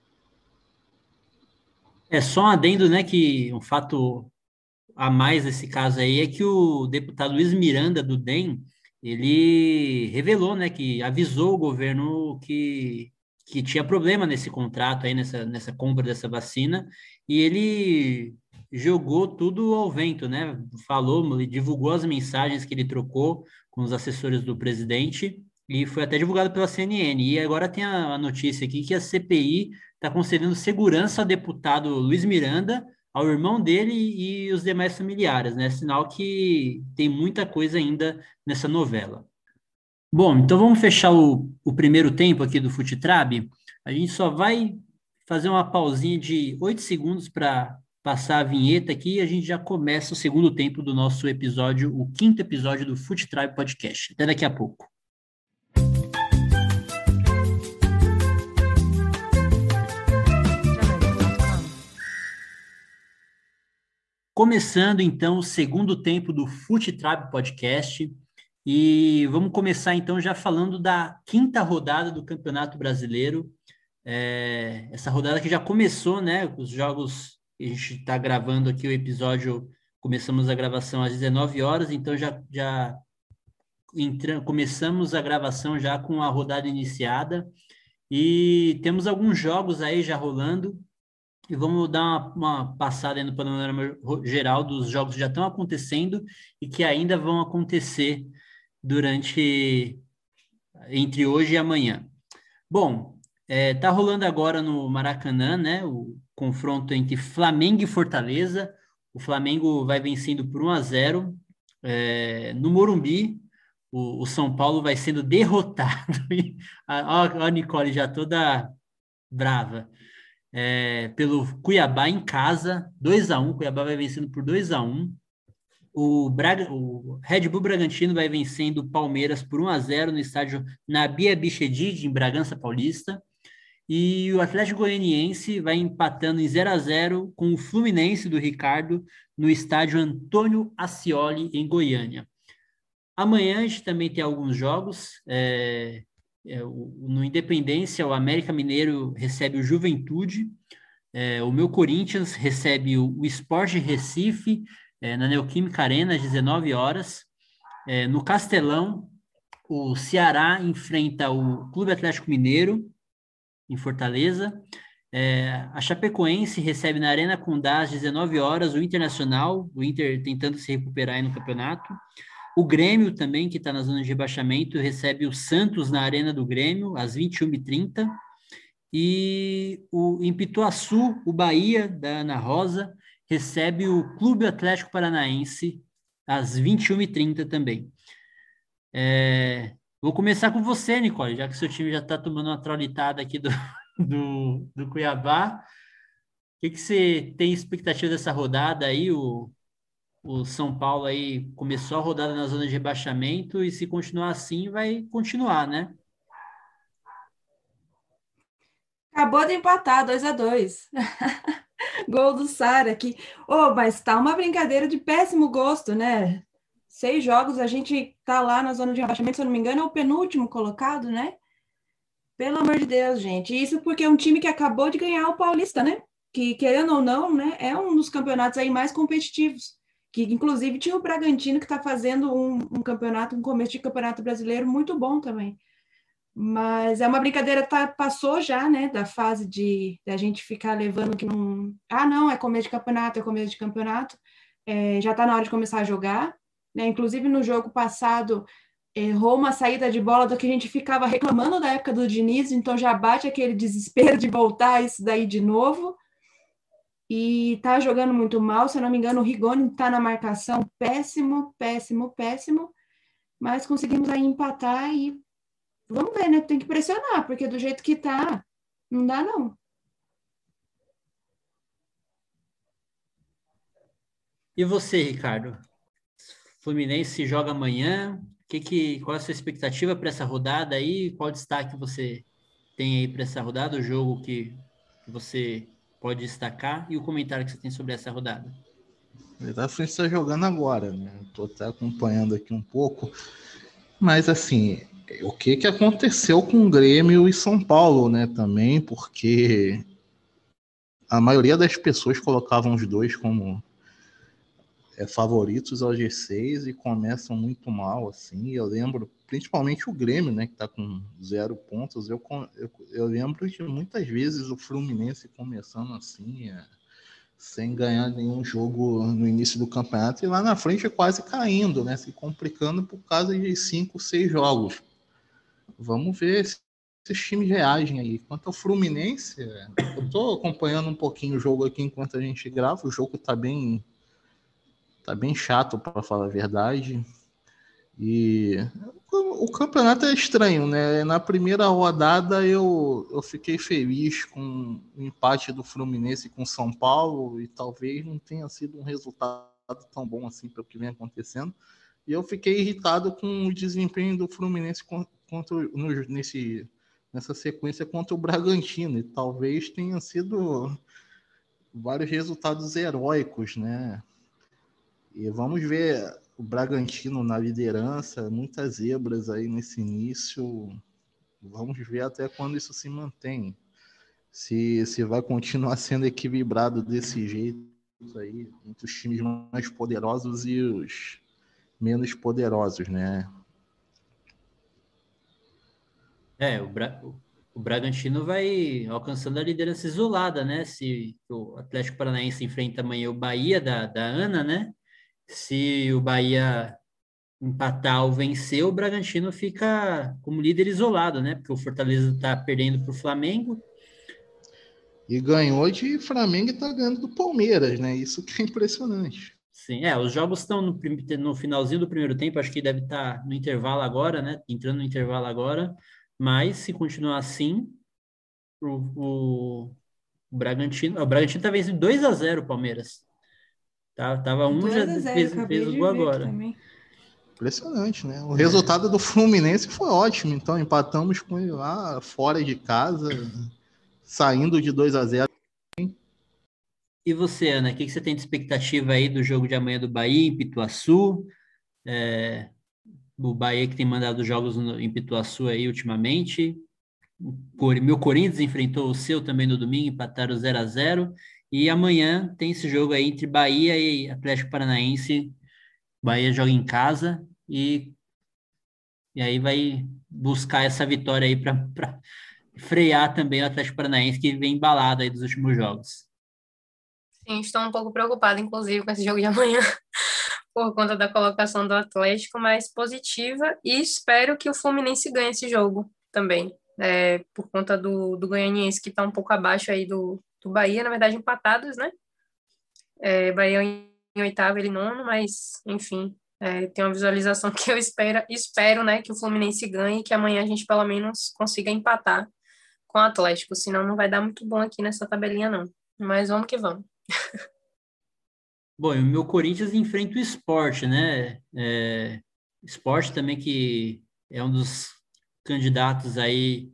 É só um adendo, né, que um fato a mais nesse caso aí é que o deputado Luiz Miranda, do D E M, ele revelou, né, que avisou o governo que, que tinha problema nesse contrato aí, nessa, nessa compra dessa vacina, e ele jogou tudo ao vento, né? Falou, divulgou as mensagens que ele trocou com os assessores do presidente e foi até divulgado pela C N N. E agora tem a, a notícia aqui que a C P I está concedendo segurança ao deputado Luiz Miranda, ao irmão dele e os demais familiares, né? Sinal que tem muita coisa ainda nessa novela. Bom, então vamos fechar o, o primeiro tempo aqui do Futetrab. A gente só vai fazer uma pausinha de oito segundos para passar a vinheta aqui e a gente já começa o segundo tempo do nosso episódio, o quinto episódio do Futetrab Podcast. Até daqui a pouco. Começando então o segundo tempo do Futetrab Podcast. E vamos começar, então, já falando da quinta rodada do Campeonato Brasileiro. É, essa rodada que já começou, né? Os jogos, a gente está gravando aqui o episódio, começamos a gravação às dezenove horas, então já, já entra, começamos a gravação já com a rodada iniciada. E temos alguns jogos aí já rolando. E vamos dar uma, uma passada aí no panorama geral dos jogos que já estão acontecendo e que ainda vão acontecer durante entre hoje e amanhã. Bom, é, tá rolando agora no Maracanã, né, o confronto entre Flamengo e Fortaleza. O Flamengo vai vencendo por um a zero. É, no Morumbi, o, o São Paulo vai sendo derrotado. Ó, a Nicole já toda brava. É, pelo Cuiabá em casa, dois a um. Cuiabá vai vencendo por dois a um. O, Braga, o Red Bull Bragantino vai vencendo o Palmeiras por um a zero no estádio Nabia Bichedid, em Bragança Paulista. E o Atlético Goianiense vai empatando em zero a zero com o Fluminense do Ricardo no estádio Antônio Ascioli, em Goiânia. Amanhã a gente também tem alguns jogos. É, é, o, no Independência, o América Mineiro recebe o Juventude. É, o meu Corinthians recebe o, o Sport Recife, É, na Neoquímica Arena, às dezenove horas. É, no Castelão, o Ceará enfrenta o Clube Atlético Mineiro, em Fortaleza. É, a Chapecoense recebe na Arena Condá, às dezenove horas, o Internacional, o Inter tentando se recuperar aí no campeonato. O Grêmio também, que está na zona de rebaixamento, recebe o Santos na Arena do Grêmio, às vinte e uma e trinta. E o, em Pituaçu, o Bahia, da Ana Rosa, recebe o Clube Atlético Paranaense às vinte e uma e trinta também. É, vou começar com você, Nicole, já que seu time já está tomando uma traulitada aqui do, do, do Cuiabá. O que, que você tem expectativa dessa rodada aí? O, o São Paulo aí começou a rodada na zona de rebaixamento e se continuar assim, vai continuar, né? Acabou de empatar, dois a dois. Gol do Sara aqui. Oh, mas tá uma brincadeira de péssimo gosto, né? Seis jogos, a gente tá lá na zona de rebaixamento, se eu não me engano, é o penúltimo colocado, né? Pelo amor de Deus, gente. Isso porque é um time que acabou de ganhar o Paulista, né? Que, querendo ou não, né, é um dos campeonatos aí mais competitivos. Que, inclusive, tinha o Bragantino que tá fazendo um, um campeonato, um começo de campeonato brasileiro muito bom também. Mas é uma brincadeira que tá, passou já, né, da fase de, de a gente ficar levando que não... Ah, não, é começo de campeonato, é começo de campeonato. É, já tá na hora de começar a jogar, né? Inclusive, no jogo passado, errou uma saída de bola do que a gente ficava reclamando da época do Diniz, então já bate aquele desespero de voltar isso daí de novo. E tá jogando muito mal, se eu não me engano, o Rigoni tá na marcação péssimo, péssimo, péssimo, mas conseguimos aí empatar e vamos ver, né? Tem que pressionar, porque do jeito que tá, não dá, não. E você, Ricardo? Fluminense joga amanhã. Que que, qual é a sua expectativa para essa rodada aí? Qual destaque você tem aí para essa rodada? O jogo que, que você pode destacar e o comentário que você tem sobre essa rodada? A Fluminense está jogando agora, né? Estou até acompanhando aqui um pouco. Mas, assim, o que, que aconteceu com o Grêmio e São Paulo, né? Também, porque a maioria das pessoas colocavam os dois como é, favoritos ao G seis e começam muito mal, assim. Eu lembro, principalmente o Grêmio, né? Que está com zero pontos. Eu, eu, eu lembro de muitas vezes o Fluminense começando assim, é, sem ganhar nenhum jogo no início do campeonato, e lá na frente quase caindo, né? Se complicando por causa de cinco, seis jogos. Vamos ver se esses times reagem aí. Quanto ao Fluminense, eu estou acompanhando um pouquinho o jogo aqui enquanto a gente grava. O jogo está bem, tá bem chato, para falar a verdade. E o campeonato é estranho, né? Na primeira rodada eu, eu fiquei feliz com o empate do Fluminense com São Paulo, e talvez não tenha sido um resultado tão bom assim pelo que vem acontecendo. E eu fiquei irritado com o desempenho do Fluminense contra, no, nesse, nessa sequência contra o Bragantino. E talvez tenha sido vários resultados heróicos, né? E vamos ver o Bragantino na liderança, muitas zebras aí nesse início. Vamos ver até quando isso se mantém. Se, se vai continuar sendo equilibrado desse jeito aí, entre os times mais poderosos e os menos poderosos, né? É, o, Bra... o Bragantino vai alcançando a liderança isolada, né? Se o Atlético Paranaense enfrenta amanhã o Bahia da, da Ana, né? Se o Bahia empatar ou vencer, o Bragantino fica como líder isolado, né? Porque o Fortaleza está perdendo para o Flamengo. E ganhou de Flamengo e está ganhando do Palmeiras, né? Isso que é impressionante. Sim, é, os jogos estão no, no finalzinho do primeiro tempo, acho que deve estar no intervalo agora, né? Entrando no intervalo agora, mas se continuar assim, o, o, o Bragantino, o Bragantino tá vencendo dois a zero o Palmeiras. Tá, tava um, já dois a zero, fez, acabei fez o de gol ver aqui agora. também. Impressionante, né? O resultado do Fluminense foi ótimo, então empatamos com ele lá fora de casa, saindo de dois a zero. E você, Ana, o que, que você tem de expectativa aí do jogo de amanhã do Bahia em Pituaçu? É, o Bahia que tem mandado jogos no, em Pituaçu aí ultimamente. O meu Corinthians enfrentou o seu também no domingo, empataram zero a zero. E amanhã tem esse jogo aí entre Bahia e Atlético Paranaense. Bahia joga em casa e, e aí vai buscar essa vitória aí para frear também o Atlético Paranaense, que vem embalado aí dos últimos jogos. Sim, estou um pouco preocupada, inclusive, com esse jogo de amanhã, por conta da colocação do Atlético, mas positiva, e espero que o Fluminense ganhe esse jogo também, é, por conta do, do Goianiense, que está um pouco abaixo aí do, do Bahia, na verdade empatados, né? É, Bahia em oitavo, ele nono, mas, enfim, é, tem uma visualização que eu espero, espero, né, que o Fluminense ganhe e que amanhã a gente, pelo menos, consiga empatar com o Atlético, senão não vai dar muito bom aqui nessa tabelinha, não. Mas vamos que vamos. Bom, e o meu Corinthians enfrenta o Sport, né? É, Sport também que é um dos candidatos aí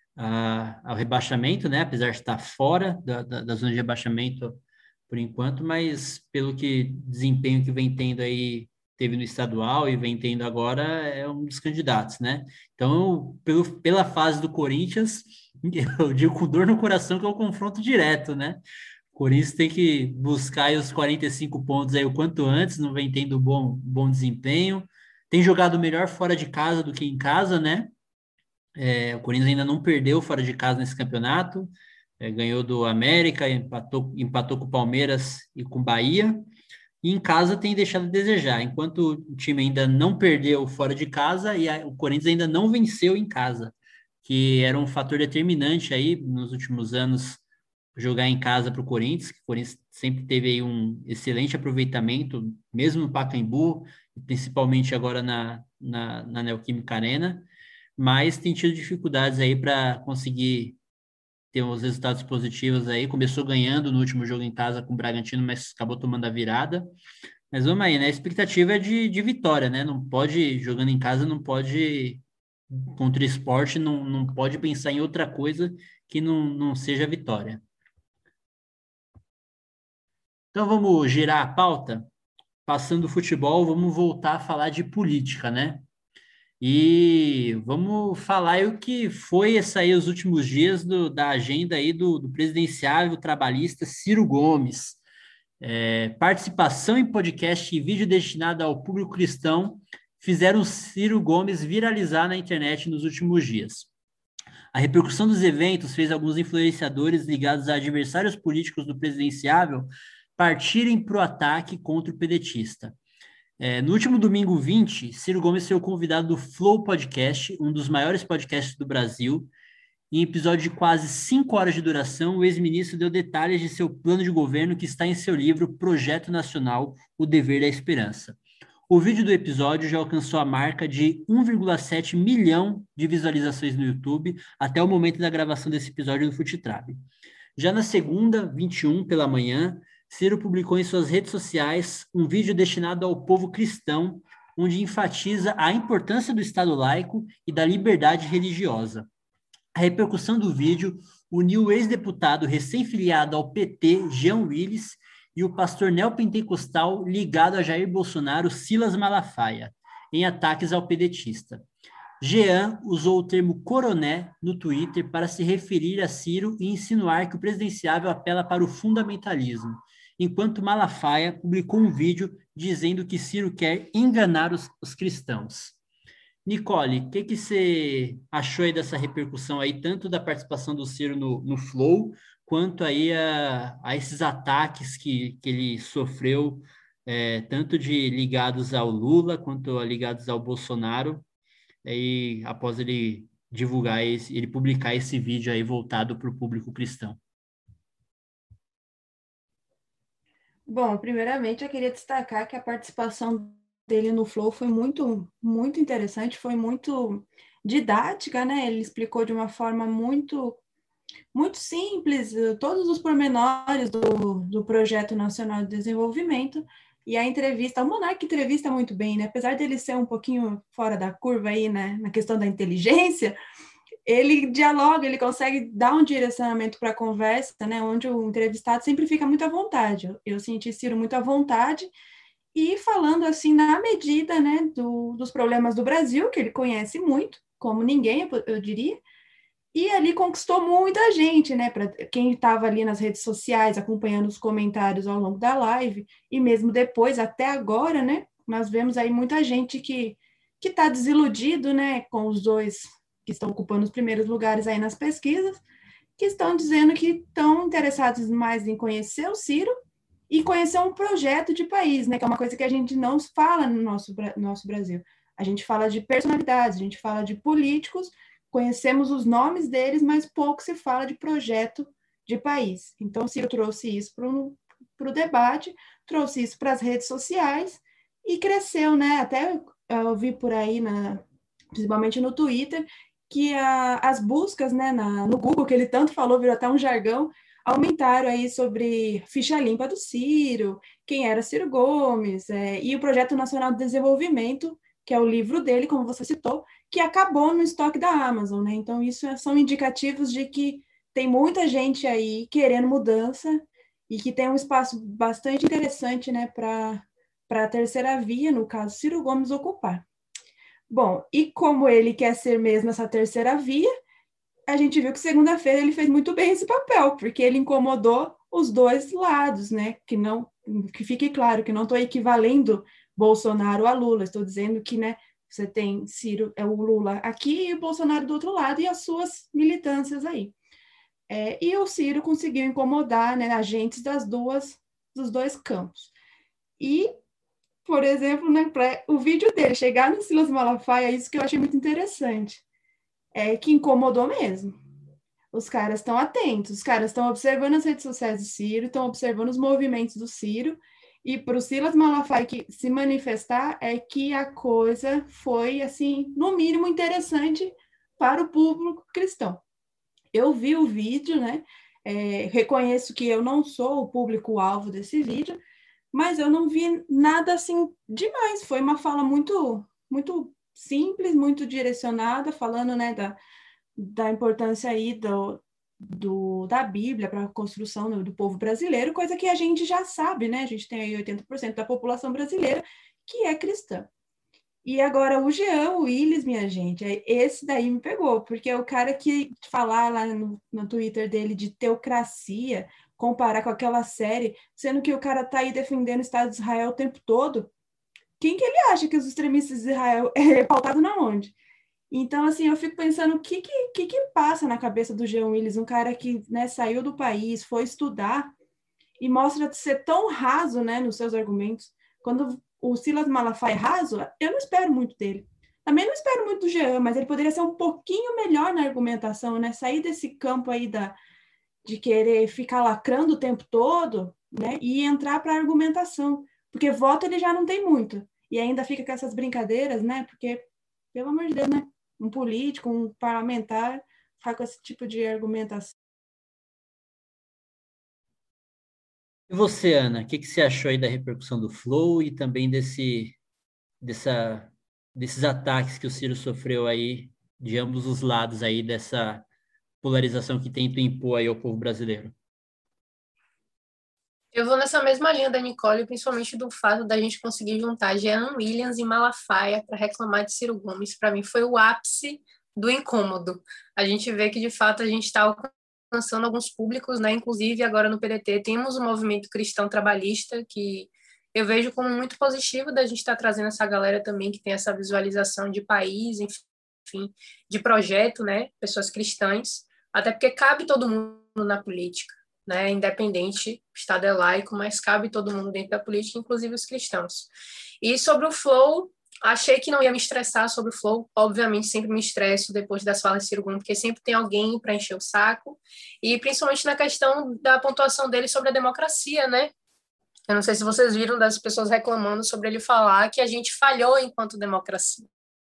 a, ao rebaixamento, né? Apesar de estar fora da, da, da zona de rebaixamento por enquanto, mas pelo que desempenho que vem tendo aí, teve no estadual e vem tendo agora, é um dos candidatos, né? Então, pelo, pela fase do Corinthians, eu digo com dor no coração que é um confronto direto, né? O Corinthians tem que buscar aí os quarenta e cinco pontos aí o quanto antes, não vem tendo bom, bom desempenho. Tem jogado melhor fora de casa do que em casa, né? É, o Corinthians ainda não perdeu fora de casa nesse campeonato. É, ganhou do América, empatou, empatou com o Palmeiras e com o Bahia. E em casa tem deixado a desejar. Enquanto o time ainda não perdeu fora de casa e a, o Corinthians ainda não venceu em casa, que era um fator determinante aí nos últimos anos jogar em casa para o Corinthians, que o Corinthians sempre teve aí um excelente aproveitamento, mesmo no Pacaembu, principalmente agora na, na, na Neoquímica Arena, mas tem tido dificuldades aí para conseguir ter uns resultados positivos aí. Começou ganhando no último jogo em casa com o Bragantino, mas acabou tomando a virada. Mas vamos aí, né? A expectativa é de, de vitória, né? Não pode, jogando em casa, não pode, contra o esporte, não, não pode pensar em outra coisa que não, não seja vitória. Então vamos girar a pauta, passando o futebol, vamos voltar a falar de política, né? E vamos falar aí o que foi essa aí os últimos dias do, da agenda aí do, do presidenciável trabalhista Ciro Gomes. É, participação em podcast e vídeo destinado ao público cristão fizeram Ciro Gomes viralizar na internet nos últimos dias. A repercussão dos eventos fez alguns influenciadores ligados a adversários políticos do presidenciável partirem para o ataque contra o pedetista. É, no último domingo vinte, Ciro Gomes foi o convidado do Flow Podcast, um dos maiores podcasts do Brasil. Em episódio de quase cinco horas de duração, o ex-ministro deu detalhes de seu plano de governo que está em seu livro Projeto Nacional, O Dever da Esperança. O vídeo do episódio já alcançou a marca de um vírgula sete milhão de visualizações no YouTube até o momento da gravação desse episódio do Futitrab. Já na segunda, vinte e um, pela manhã, Ciro publicou em suas redes sociais um vídeo destinado ao povo cristão, onde enfatiza a importância do Estado laico e da liberdade religiosa. A repercussão do vídeo uniu o ex-deputado recém-filiado ao P T, Jean Willis, e o pastor neopentecostal ligado a Jair Bolsonaro, Silas Malafaia, em ataques ao pedetista. Jean usou o termo coroné no Twitter para se referir a Ciro e insinuar que o presidenciável apela para o fundamentalismo, enquanto Malafaia publicou um vídeo dizendo que Ciro quer enganar os, os cristãos. Nicole, o que, que você achou aí dessa repercussão aí, tanto da participação do Ciro no, no Flow, quanto aí a, a esses ataques que, que ele sofreu, é, tanto de ligados ao Lula, quanto ligados ao Bolsonaro, aí, após ele divulgar, esse, ele publicar esse vídeo aí voltado para o público cristão? Bom, primeiramente eu queria destacar que a participação dele no Flow foi muito, muito interessante, foi muito didática, né? Ele explicou de uma forma muito, muito simples todos os pormenores do, do Projeto Nacional de Desenvolvimento, e a entrevista, o Monark entrevista muito bem, né? Apesar dele ser um pouquinho fora da curva aí, né? Na questão da inteligência, ele dialoga, ele consegue dar um direcionamento para a conversa, né? Onde o entrevistado sempre fica muito à vontade. Eu senti Ciro muito à vontade, e falando assim na medida, né, do, dos problemas do Brasil, que ele conhece muito, como ninguém, eu, eu diria, e ali conquistou muita gente, né, para quem estava ali nas redes sociais, acompanhando os comentários ao longo da live, e mesmo depois, até agora, né, nós vemos aí muita gente que que está desiludido, né, com os dois que estão ocupando os primeiros lugares aí nas pesquisas, que estão dizendo que estão interessados mais em conhecer o Ciro e conhecer um projeto de país, né? Que é uma coisa que a gente não fala no nosso, nosso Brasil. A gente fala de personalidades, a gente fala de políticos, conhecemos os nomes deles, mas pouco se fala de projeto de país. Então, o Ciro trouxe isso para o debate, trouxe isso para as redes sociais e cresceu, né? Até eu vi por aí, na, principalmente no Twitter, que a, as buscas, né, na, no Google, que ele tanto falou, virou até um jargão, aumentaram aí sobre ficha limpa do Ciro, quem era Ciro Gomes, é, e o Projeto Nacional de Desenvolvimento, que é o livro dele, como você citou, que acabou no estoque da Amazon, né? Então, isso é, são indicativos de que tem muita gente aí querendo mudança e que tem um espaço bastante interessante, né, para para a terceira via, no caso, Ciro Gomes, ocupar. Bom, e como ele quer ser mesmo essa terceira via, a gente viu que segunda-feira ele fez muito bem esse papel, porque ele incomodou os dois lados, né? Que não, que fique claro que não estou equivalendo Bolsonaro a Lula, estou dizendo que, né, você tem Ciro, é o Lula aqui e o Bolsonaro do outro lado e as suas militâncias aí. É, e o Ciro conseguiu incomodar, né, agentes das duas, dos dois campos. E, por exemplo, né, o vídeo dele chegar no Silas Malafaia, isso que eu achei muito interessante. É, que incomodou mesmo. Os caras estão atentos, os caras estão observando as redes sociais do Ciro, estão observando os movimentos do Ciro, e para o Silas Malafaia que se manifestar é que a coisa foi, assim, no mínimo interessante para o público cristão. Eu vi o vídeo, né? É, reconheço que eu não sou o público-alvo desse vídeo, mas eu não vi nada, assim, demais. Foi uma fala muito, muito simples, muito direcionada, falando, né, da, da importância aí do, do, da Bíblia para a construção do, do povo brasileiro, coisa que a gente já sabe, né? A gente tem aí oitenta por cento da população brasileira que é cristã. E agora o Jean Willis, minha gente, esse daí me pegou, porque é o cara que falar lá no, no Twitter dele de teocracia, comparar com aquela série, sendo que o cara tá aí defendendo o Estado de Israel o tempo todo. Quem que ele acha que os extremistas de Israel é pautado na onde? Então, assim, eu fico pensando o que que, que, que passa na cabeça do Jean Willis, um cara que, né, saiu do país, foi estudar e mostra ser tão raso, né, nos seus argumentos. Quando o Silas Malafaia é raso, eu não espero muito dele. Também não espero muito do Jean, mas ele poderia ser um pouquinho melhor na argumentação, né? Sair desse campo aí da, de querer ficar lacrando o tempo todo, né? E entrar para a argumentação. Porque voto ele já não tem muito. E ainda fica com essas brincadeiras, né? Porque, pelo amor de Deus, né? Um político, um parlamentar, ficar com esse tipo de argumentação. E você, Ana, o que, que você achou aí da repercussão do Flow e também desse, dessa, desses ataques que o Ciro sofreu aí de ambos os lados aí dessa polarização que tenta impor aí ao povo brasileiro? Eu vou nessa mesma linha da Nicole, principalmente do fato da gente conseguir juntar Jean Williams e Malafaia para reclamar de Ciro Gomes. Para mim foi o ápice do incômodo. A gente vê que, de fato, a gente está alcançando alguns públicos, né? Inclusive, agora no P D T temos o movimento cristão trabalhista, que eu vejo como muito positivo da gente estar tá trazendo essa galera também que tem essa visualização de país, enfim, de projeto, né? Pessoas cristãs, até porque cabe todo mundo na política, né? Independente, o Estado é laico, mas cabe todo mundo dentro da política, inclusive os cristãos. E sobre o Flow, achei que não ia me estressar sobre o Flow. Obviamente, sempre me estresso depois das falas de Ciro Gomes, porque sempre tem alguém para encher o saco. E principalmente na questão da pontuação dele sobre a democracia, né? Eu não sei se vocês viram das pessoas reclamando sobre ele falar que a gente falhou enquanto democracia.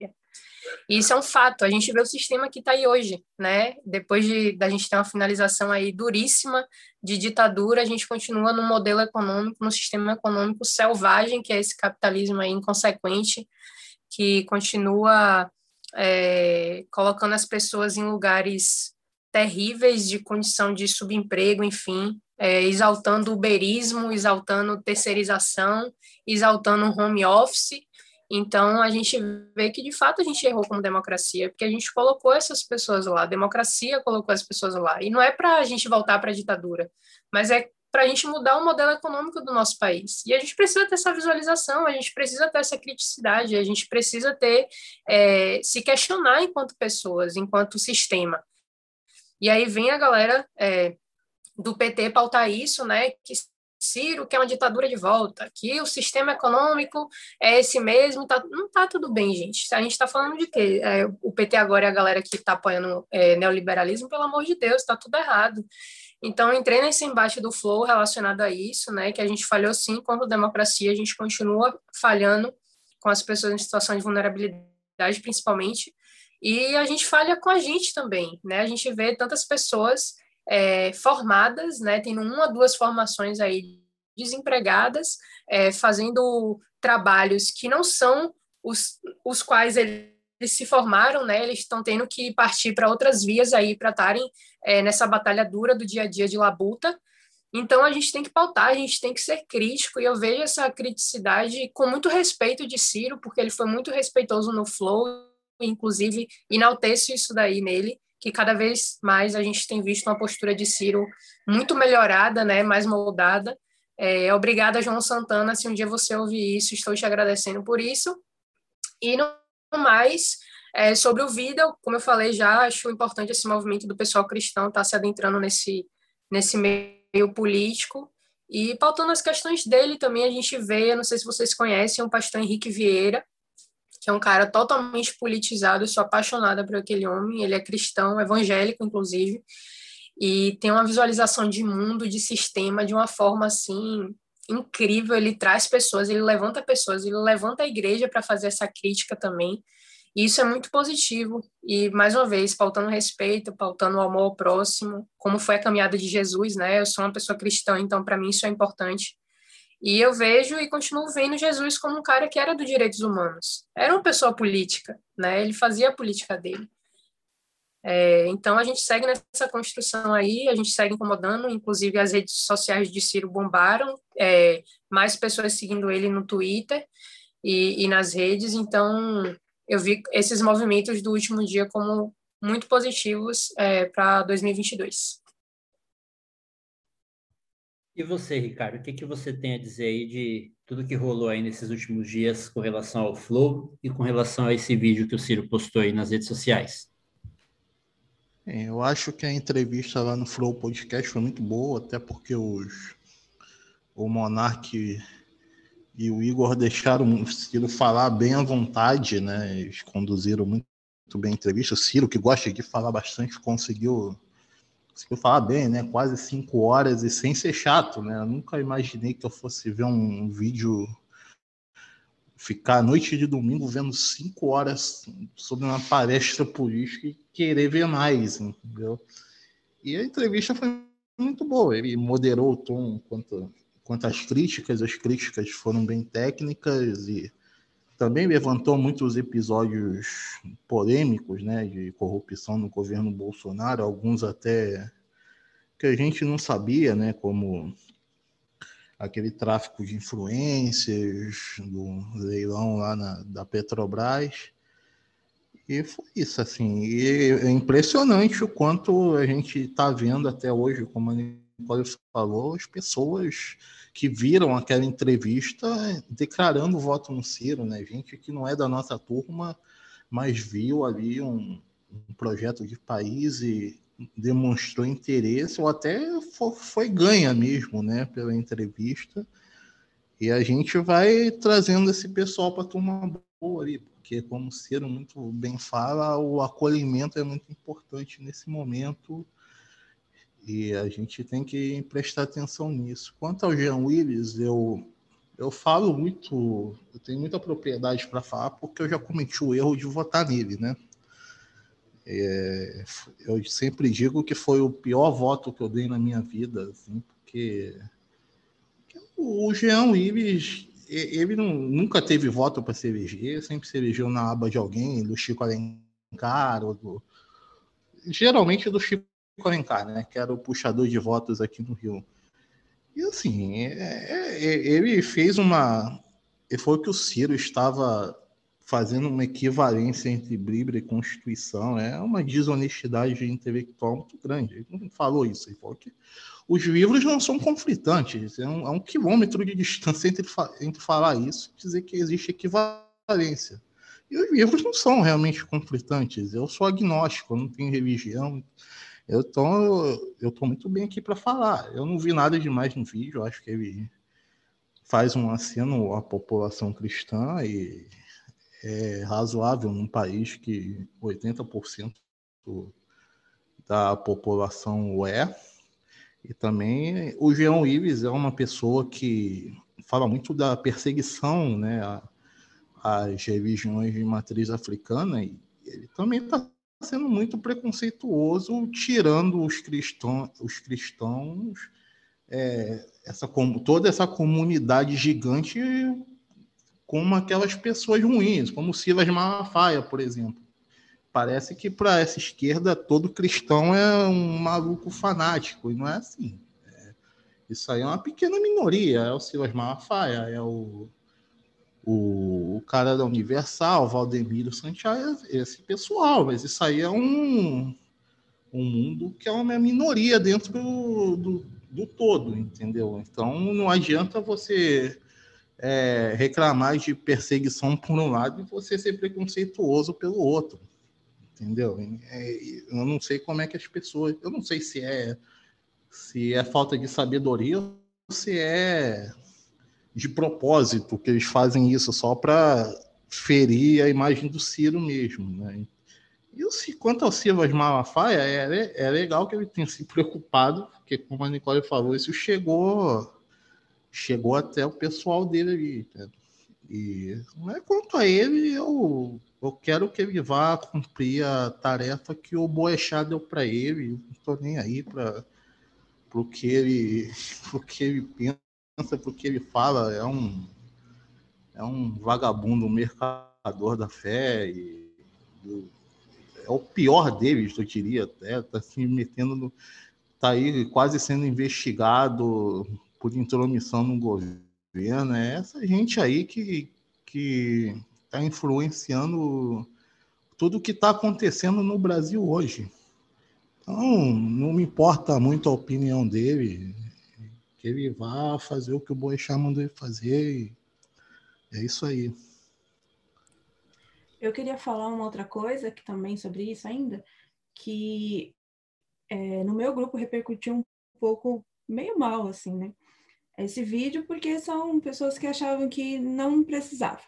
E isso é um fato. A gente vê o sistema que está aí hoje, né? Depois de da gente ter uma finalização aí duríssima de ditadura, a gente continua no modelo econômico, no sistema econômico selvagem, que é esse capitalismo aí inconsequente, que continua é, colocando as pessoas em lugares terríveis de condição de subemprego, enfim, é, exaltando o uberismo, exaltando terceirização, exaltando o home office. Então, a gente vê que, de fato, a gente errou como democracia, porque a gente colocou essas pessoas lá, a democracia colocou as pessoas lá. E não é para a gente voltar para a ditadura, mas é para a gente mudar o modelo econômico do nosso país. E a gente precisa ter essa visualização, a gente precisa ter essa criticidade, a gente precisa ter, é, se questionar enquanto pessoas, enquanto sistema. E aí vem a galera é, do P T pautar isso, né, que Ciro quer uma ditadura de volta, que o sistema econômico é esse mesmo, tá, não está tudo bem, gente. A gente está falando de quê? É, o P T agora é a galera que está apoiando é, neoliberalismo, pelo amor de Deus, está tudo errado. Então, entrei nesse embate do Flow relacionado a isso, né, que a gente falhou sim quanto democracia, a gente continua falhando com as pessoas em situação de vulnerabilidade, principalmente, e a gente falha com a gente também, né, a gente vê tantas pessoas É, formadas, né, tendo uma, duas formações aí desempregadas, é, fazendo trabalhos que não são os, os quais eles se formaram, né, eles estão tendo que partir para outras vias aí para estarem é, nessa batalha dura do dia a dia de labuta. Então, a gente tem que pautar, a gente tem que ser crítico, e eu vejo essa criticidade com muito respeito de Ciro, porque ele foi muito respeitoso no Flow, inclusive enalteço isso daí nele, que cada vez mais a gente tem visto uma postura de Ciro muito melhorada, né, mais moldada. É, obrigada, João Santana, se um dia você ouvir isso, estou te agradecendo por isso. E no mais, é, sobre o Vida, como eu falei já, acho importante esse movimento do pessoal cristão estar tá se adentrando nesse, nesse meio político, e pautando as questões dele também, a gente vê, eu não sei se vocês conhecem, o pastor Henrique Vieira, que é um cara totalmente politizado, eu sou apaixonada por aquele homem, ele é cristão, evangélico, inclusive, e tem uma visualização de mundo, de sistema, de uma forma, assim, incrível. Ele traz pessoas, ele levanta pessoas, ele levanta a igreja para fazer essa crítica também, e isso é muito positivo, e, mais uma vez, pautando respeito, pautando o amor ao próximo, como foi a caminhada de Jesus, né, eu sou uma pessoa cristã, então, para mim, isso é importante. E eu vejo e continuo vendo Jesus como um cara que era dos direitos humanos. Era uma pessoa política, né? Ele fazia a política dele. É, então, a gente segue nessa construção aí, a gente segue incomodando, inclusive as redes sociais de Ciro bombaram, é, mais pessoas seguindo ele no Twitter e, e nas redes. Então, eu vi esses movimentos do último dia como muito positivos é, para dois mil e vinte e dois. E você, Ricardo, o que que você tem a dizer aí de tudo que rolou aí nesses últimos dias com relação ao Flow e com relação a esse vídeo que o Ciro postou aí nas redes sociais? É, eu acho que a entrevista lá no Flow Podcast foi muito boa, até porque os, o Monark e o Igor deixaram o Ciro falar bem à vontade, né? Eles conduziram muito, muito bem a entrevista. O Ciro, que gosta de falar bastante, conseguiu, conseguiu falar bem, né? Quase cinco horas e sem ser chato, né? Eu nunca imaginei que eu fosse ver um, um vídeo, ficar a noite de domingo vendo cinco horas sobre uma palestra política e querer ver mais, entendeu? E a entrevista foi muito boa. Ele moderou o tom quanto quanto às críticas, as críticas foram bem técnicas e também levantou muitos episódios polêmicos, né, de corrupção no governo Bolsonaro, alguns até que a gente não sabia, né, como aquele tráfico de influências, do leilão lá na, da Petrobras. E foi isso, assim. E é impressionante o quanto a gente está vendo até hoje, como a Nicole falou, as pessoas que viram aquela entrevista declarando voto no Ciro, né? Gente que não é da nossa turma, mas viu ali um, um projeto de país e demonstrou interesse, ou até foi, foi ganha mesmo, né? Pela entrevista. E a gente vai trazendo esse pessoal para a turma boa ali, porque, como o Ciro muito bem fala, o acolhimento é muito importante nesse momento e a gente tem que prestar atenção nisso. Quanto ao Jean Willis, eu, eu falo muito, eu tenho muita propriedade para falar, porque eu já cometi o erro de votar nele, né? É, eu sempre digo que foi o pior voto que eu dei na minha vida, assim, porque o Jean Willis, ele não, nunca teve voto para se eleger, sempre se elegeu na aba de alguém, do Chico Alencar, ou do, geralmente do Chico Alencar, né, que era o puxador de votos aqui no Rio. E assim, é, é, ele fez uma... Foi o que o Ciro estava fazendo uma equivalência entre Bíblia e Constituição. É uma desonestidade intelectual muito grande. Ele não falou isso, ele falou que os livros não são conflitantes, é um, é um quilômetro de distância entre, entre falar isso e dizer que existe equivalência. E os livros não são realmente conflitantes. Eu sou agnóstico, eu não tenho religião. Eu tô, eu tô muito bem aqui para falar. Eu não vi nada demais no vídeo, eu acho que ele faz um aceno à população cristã e é razoável num país que oitenta por cento da população o é. E também o Jean Willis é uma pessoa que fala muito da perseguição, né, às religiões de matriz africana, e ele também está sendo muito preconceituoso, tirando os cristãos, os cristãos é, essa, toda essa comunidade gigante como aquelas pessoas ruins, como Silas Malafaia, por exemplo. Parece que para essa esquerda todo cristão é um maluco fanático, e não é assim. Isso aí é uma pequena minoria. É o Silas Malafaia, é o, o, o cara da Universal, Valdemiro Santiago, esse pessoal. Mas isso aí é um, um mundo que é uma minoria dentro do, do, do todo, entendeu? Então não adianta você é, reclamar de perseguição por um lado e você ser preconceituoso pelo outro, entendeu? É, eu não sei como é que as pessoas... Eu não sei se é se é falta de sabedoria ou se é de propósito que eles fazem isso só para ferir a imagem do Ciro mesmo, né? E o, quanto ao Silas Malafaia, é, é legal que ele tenha se preocupado, porque, como a Nicole falou, isso chegou, chegou até o pessoal dele ali. Né? E não é quanto a ele, eu, eu quero que ele vá cumprir a tarefa que o Boechat deu para ele. Não estou nem aí para pro que ele, pro que ele pensa, pro que ele fala, é um, é um vagabundo, um mercador da fé, e do, é o pior deles, eu diria, até, tá se metendo no, tá aí quase sendo investigado por intromissão no governo, é essa gente aí que, que tá influenciando tudo o que está acontecendo no Brasil hoje. Então, não me importa muito a opinião dele, que ele vá fazer o que o Boechat mandou ele fazer, e é isso aí. Eu queria falar uma outra coisa que também sobre isso ainda, que é, no meu grupo repercutiu um pouco meio mal, assim, né? esse vídeo porque são pessoas que achavam que não precisava.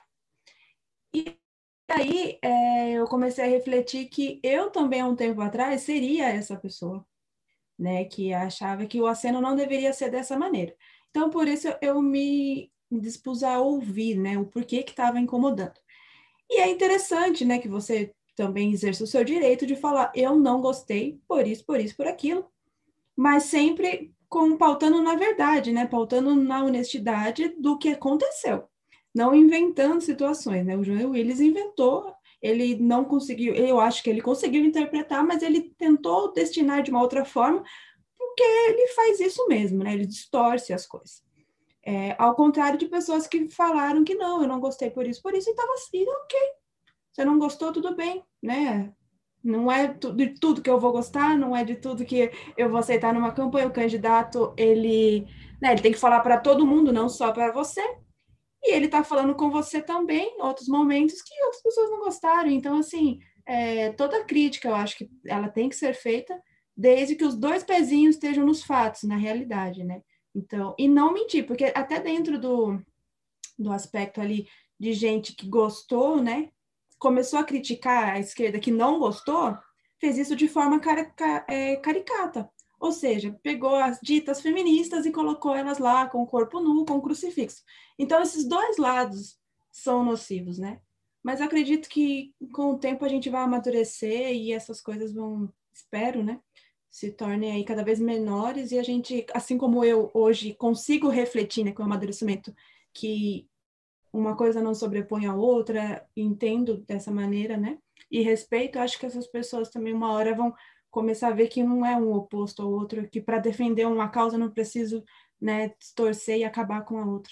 E aí é, eu comecei a refletir que eu também, há um tempo atrás, seria essa pessoa, né, que achava que o aceno não deveria ser dessa maneira. Então, por isso, eu me dispus a ouvir, né, o porquê que estava incomodando. E é interessante, né, que você também exerça o seu direito de falar, eu não gostei, por isso, por isso, por aquilo, mas sempre com, pautando na verdade, né, pautando na honestidade do que aconteceu, não inventando situações, né, o João Willis inventou, ele não conseguiu, eu acho que ele conseguiu interpretar, mas ele tentou destinar de uma outra forma, porque ele faz isso mesmo, né, ele distorce as coisas. É, ao contrário de pessoas que falaram que não, eu não gostei por isso, por isso, e estava assim, ok. Você não gostou, tudo bem, né? Não é de tudo que eu vou gostar, não é de tudo que eu vou aceitar numa campanha. O candidato, ele, né, ele tem que falar para todo mundo, não só para você. E ele está falando com você também, em outros momentos que outras pessoas não gostaram. Então, assim, é, toda crítica, eu acho que ela tem que ser feita desde que os dois pezinhos estejam nos fatos, na realidade, né? Então, e não mentir, porque até dentro do, do aspecto ali de gente que gostou, né? Começou a criticar a esquerda que não gostou, fez isso de forma carica, é, caricata. Ou seja, pegou as ditas feministas e colocou elas lá com o corpo nu, com o crucifixo. Então, esses dois lados são nocivos, né? Mas acredito que com o tempo a gente vai amadurecer e essas coisas vão, espero, né? Se tornem aí cada vez menores e a gente, assim como eu hoje consigo refletir, né, com o amadurecimento, que uma coisa não sobrepõe a outra, entendo dessa maneira, né? E respeito, acho que essas pessoas também uma hora vão começar a ver que um é um oposto ao outro, que para defender uma causa não preciso, né, distorcer e acabar com a outra.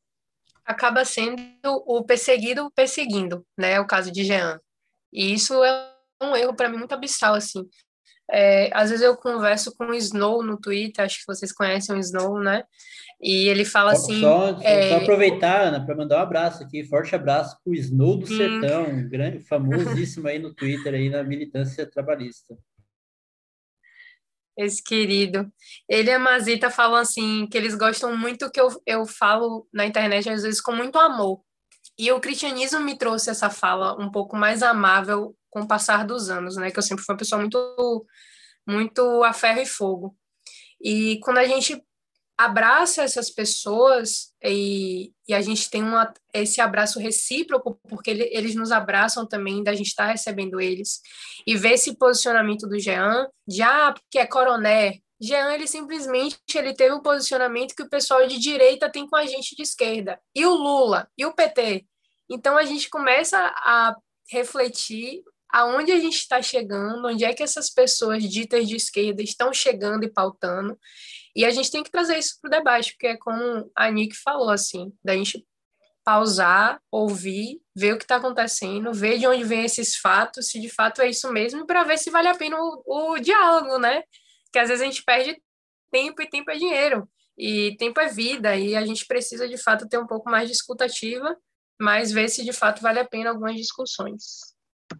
Acaba sendo o perseguido perseguindo, né? O caso de Jean. E isso é um erro para mim muito abissal, assim. É, às vezes eu converso com o Snow no Twitter, acho que vocês conhecem o Snow, né? E ele fala Só, assim, só, só é, aproveitar, Ana, para mandar um abraço aqui, forte abraço para o Snow do sim, Sertão, grande, famosíssimo aí no Twitter, aí na militância trabalhista. esse querido. Ele e a Mazita falam assim, que eles gostam muito que eu, eu falo na internet, às vezes, com muito amor. E o cristianismo me trouxe essa fala um pouco mais amável com o passar dos anos, né? Que eu sempre fui uma pessoa muito, muito a ferro e fogo. E quando a gente abraça essas pessoas e, e a gente tem uma, esse abraço recíproco, porque ele, eles nos abraçam também, da gente estar recebendo eles, e ver esse posicionamento do Jean, já que é coroné, Jean, ele simplesmente ele teve um posicionamento que o pessoal de direita tem com a gente de esquerda, e o Lula, e o P T. Então a gente começa a refletir aonde a gente está chegando, onde é que essas pessoas ditas de esquerda estão chegando e pautando, e a gente tem que trazer isso para o debate, porque é como a Nick falou, assim, da gente pausar, ouvir, ver o que está acontecendo, ver de onde vem esses fatos, se de fato é isso mesmo, para ver se vale a pena o, o diálogo, né? Porque às vezes a gente perde tempo e tempo é dinheiro, e tempo é vida, e a gente precisa de fato ter um pouco mais de escuta ativa, mas ver se de fato vale a pena algumas discussões.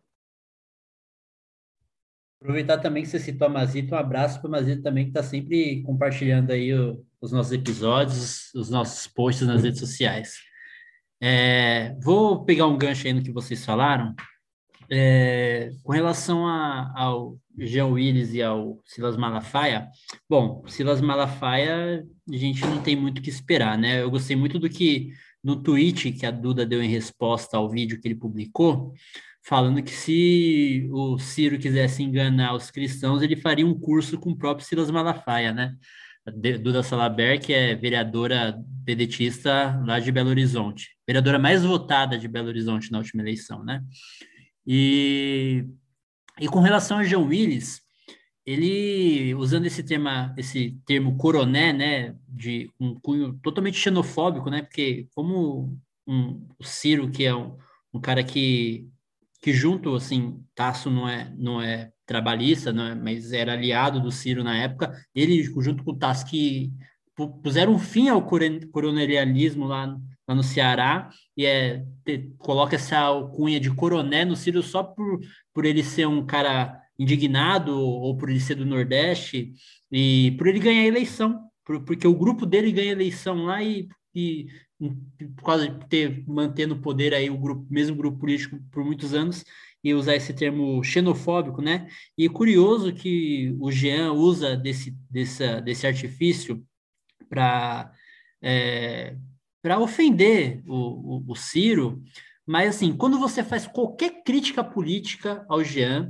Aproveitar também que você citou a Mazita, um abraço para a Mazita também, que está sempre compartilhando aí o, os nossos episódios, os nossos posts nas redes sociais. É, vou pegar um gancho aí no que vocês falaram. É, com relação a, ao Jean Willis e ao Silas Malafaia, bom, Silas Malafaia, a gente não tem muito o que esperar, né? Eu gostei muito do que, no tweet que a Duda deu em resposta ao vídeo que ele publicou, falando que se o Ciro quisesse enganar os cristãos, ele faria um curso com o próprio Silas Malafaia, né? A Duda Salabert, que é vereadora pedetista lá de Belo Horizonte, vereadora mais votada de Belo Horizonte na última eleição, né? E, e com relação a Jean Willis, ele, usando esse tema, esse termo coroné, né, de um cunho totalmente xenofóbico, né, porque como um, o Ciro, que é um, um cara que, que junto, assim, Tasso não é, não é trabalhista, não é, mas era aliado do Ciro na época, ele junto com o Tasso que puseram um fim ao coronelialismo lá, lá no Ceará, e é, te, coloca essa alcunha de coroné no Ciro só por, por ele ser um cara indignado, ou por ele ser do Nordeste, e por ele ganhar a eleição. por, porque o grupo dele ganha eleição lá e, e por causa de ter mantendo o poder aí o grupo, mesmo grupo político por muitos anos, e usar esse termo xenofóbico, né? E é curioso que o Jean usa desse, dessa, desse artifício para é, para ofender o, o, o Ciro, mas assim, quando você faz qualquer crítica política ao Jean,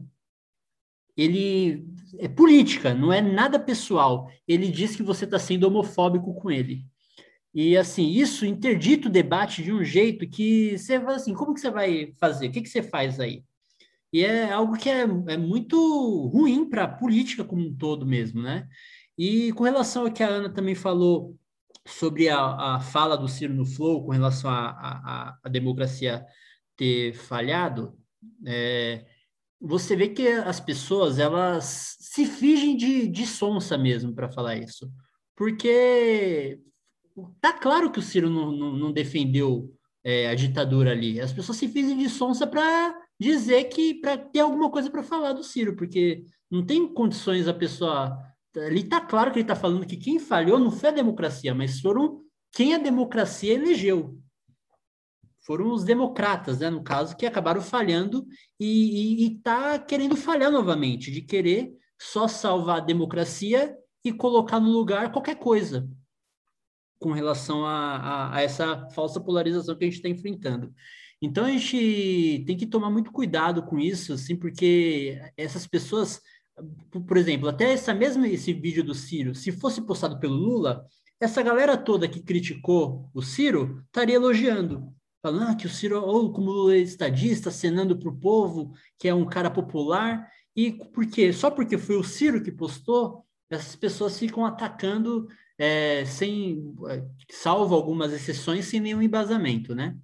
ele é política, não é nada pessoal. Ele diz que você está sendo homofóbico com ele. E assim, isso interdita o debate de um jeito que você fala assim, como que você vai fazer? O que que você faz aí? E é algo que é, é muito ruim para a política como um todo mesmo, né? E com relação ao que a Ana também falou sobre a, a fala do Ciro no Flow, com relação à a, a, a, democracia ter falhado, é, você vê que as pessoas, elas se fingem de, de sonsa mesmo para falar isso. Porque tá claro que o Ciro não, não, não defendeu é, a ditadura ali. As pessoas se fingem de sonsa para dizer que para ter alguma coisa para falar do Ciro, porque não tem condições a pessoa. Ali tá claro que ele está falando que quem falhou não foi a democracia, mas foram quem a democracia elegeu. Foram os democratas, né, no caso, que acabaram falhando e está querendo falhar novamente, de querer só salvar a democracia e colocar no lugar qualquer coisa com relação a, a, a essa falsa polarização que a gente está enfrentando. Então, a gente tem que tomar muito cuidado com isso, assim, porque essas pessoas, por exemplo, até essa mesma, esse vídeo do Ciro, se fosse postado pelo Lula, essa galera toda que criticou o Ciro estaria elogiando, falando ah, que o Ciro, ou como o Lula é estadista, acenando para o povo, que é um cara popular, e por quê? Só porque foi o Ciro que postou, essas pessoas ficam atacando é, sem, salvo algumas exceções, sem nenhum embasamento, né?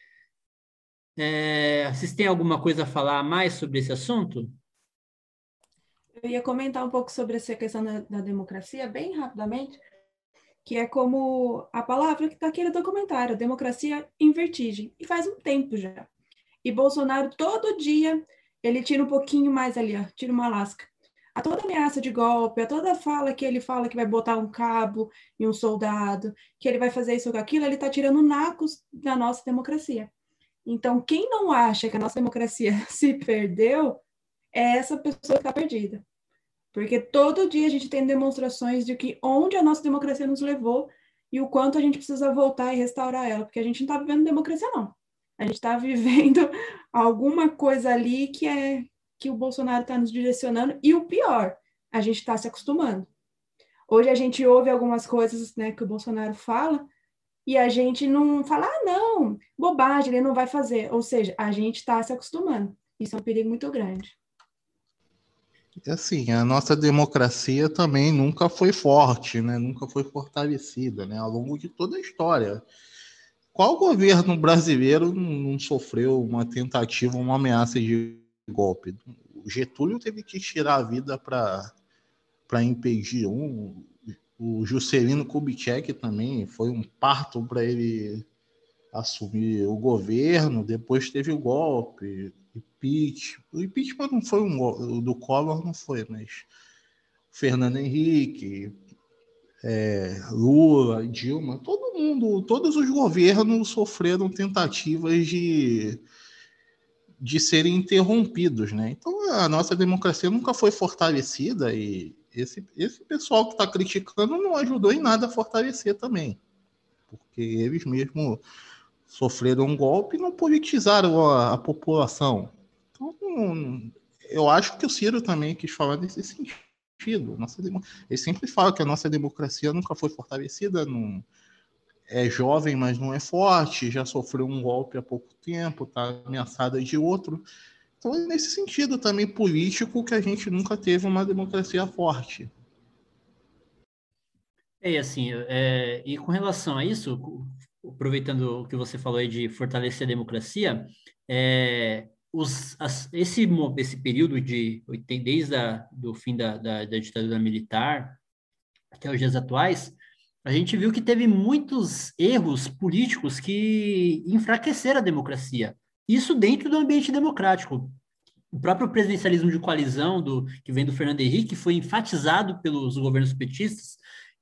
É, vocês têm alguma coisa a falar mais sobre esse assunto? Eu ia comentar um pouco sobre essa questão da, da democracia, bem rapidamente, que é como a palavra que está aqui no documentário, democracia em vertigem, e faz um tempo já. E Bolsonaro, todo dia, ele tira um pouquinho mais ali, ó, tira uma lasca. A toda ameaça de golpe, a toda fala que ele fala que vai botar um cabo em um soldado, que ele vai fazer isso ou aquilo, ele está tirando nacos da nossa democracia. Então, quem não acha que a nossa democracia se perdeu, é essa pessoa que está perdida. Porque todo dia a gente tem demonstrações de que onde a nossa democracia nos levou e o quanto a gente precisa voltar e restaurar ela, porque a gente não está vivendo democracia, não. A gente está vivendo alguma coisa ali que é que o Bolsonaro está nos direcionando, e o pior, a gente está se acostumando. Hoje a gente ouve algumas coisas, né, que o Bolsonaro fala, e a gente não fala, ah, não, bobagem, ele não vai fazer. Ou seja, a gente está se acostumando. Isso é um perigo muito grande. Assim, a nossa democracia também nunca foi forte, né? Nunca foi fortalecida, né? Ao longo de toda a história. Qual governo brasileiro não sofreu uma tentativa, uma ameaça de golpe? O Getúlio teve que tirar a vida para para impedir um. O Juscelino Kubitschek também foi um parto para ele assumir o governo. Depois teve o golpe, impeachment. O impeachment não foi um golpe, o do Collor não foi, mas Fernando Henrique, é, Lula, Dilma, todo mundo, todos os governos sofreram tentativas de de serem interrompidos, né? Então a nossa democracia nunca foi fortalecida e esse, esse pessoal que está criticando não ajudou em nada a fortalecer também, porque eles mesmos sofreram um golpe e não politizaram a, a população. Então eu acho que o Ciro também quis falar nesse sentido. Nossa, ele sempre fala que a nossa democracia nunca foi fortalecida, não é jovem, mas não é forte, já sofreu um golpe há pouco tempo, está ameaçada de outro. Então, é nesse sentido também político que a gente nunca teve uma democracia forte. É, assim, é, e com relação a isso, aproveitando o que você falou aí de fortalecer a democracia, é, os, as, esse, esse período de, desde a, do fim da, da, da ditadura militar até os dias atuais, a gente viu que teve muitos erros políticos que enfraqueceram a democracia. Isso dentro do ambiente democrático. O próprio presidencialismo de coalizão, do, que vem do Fernando Henrique, foi enfatizado pelos governos petistas,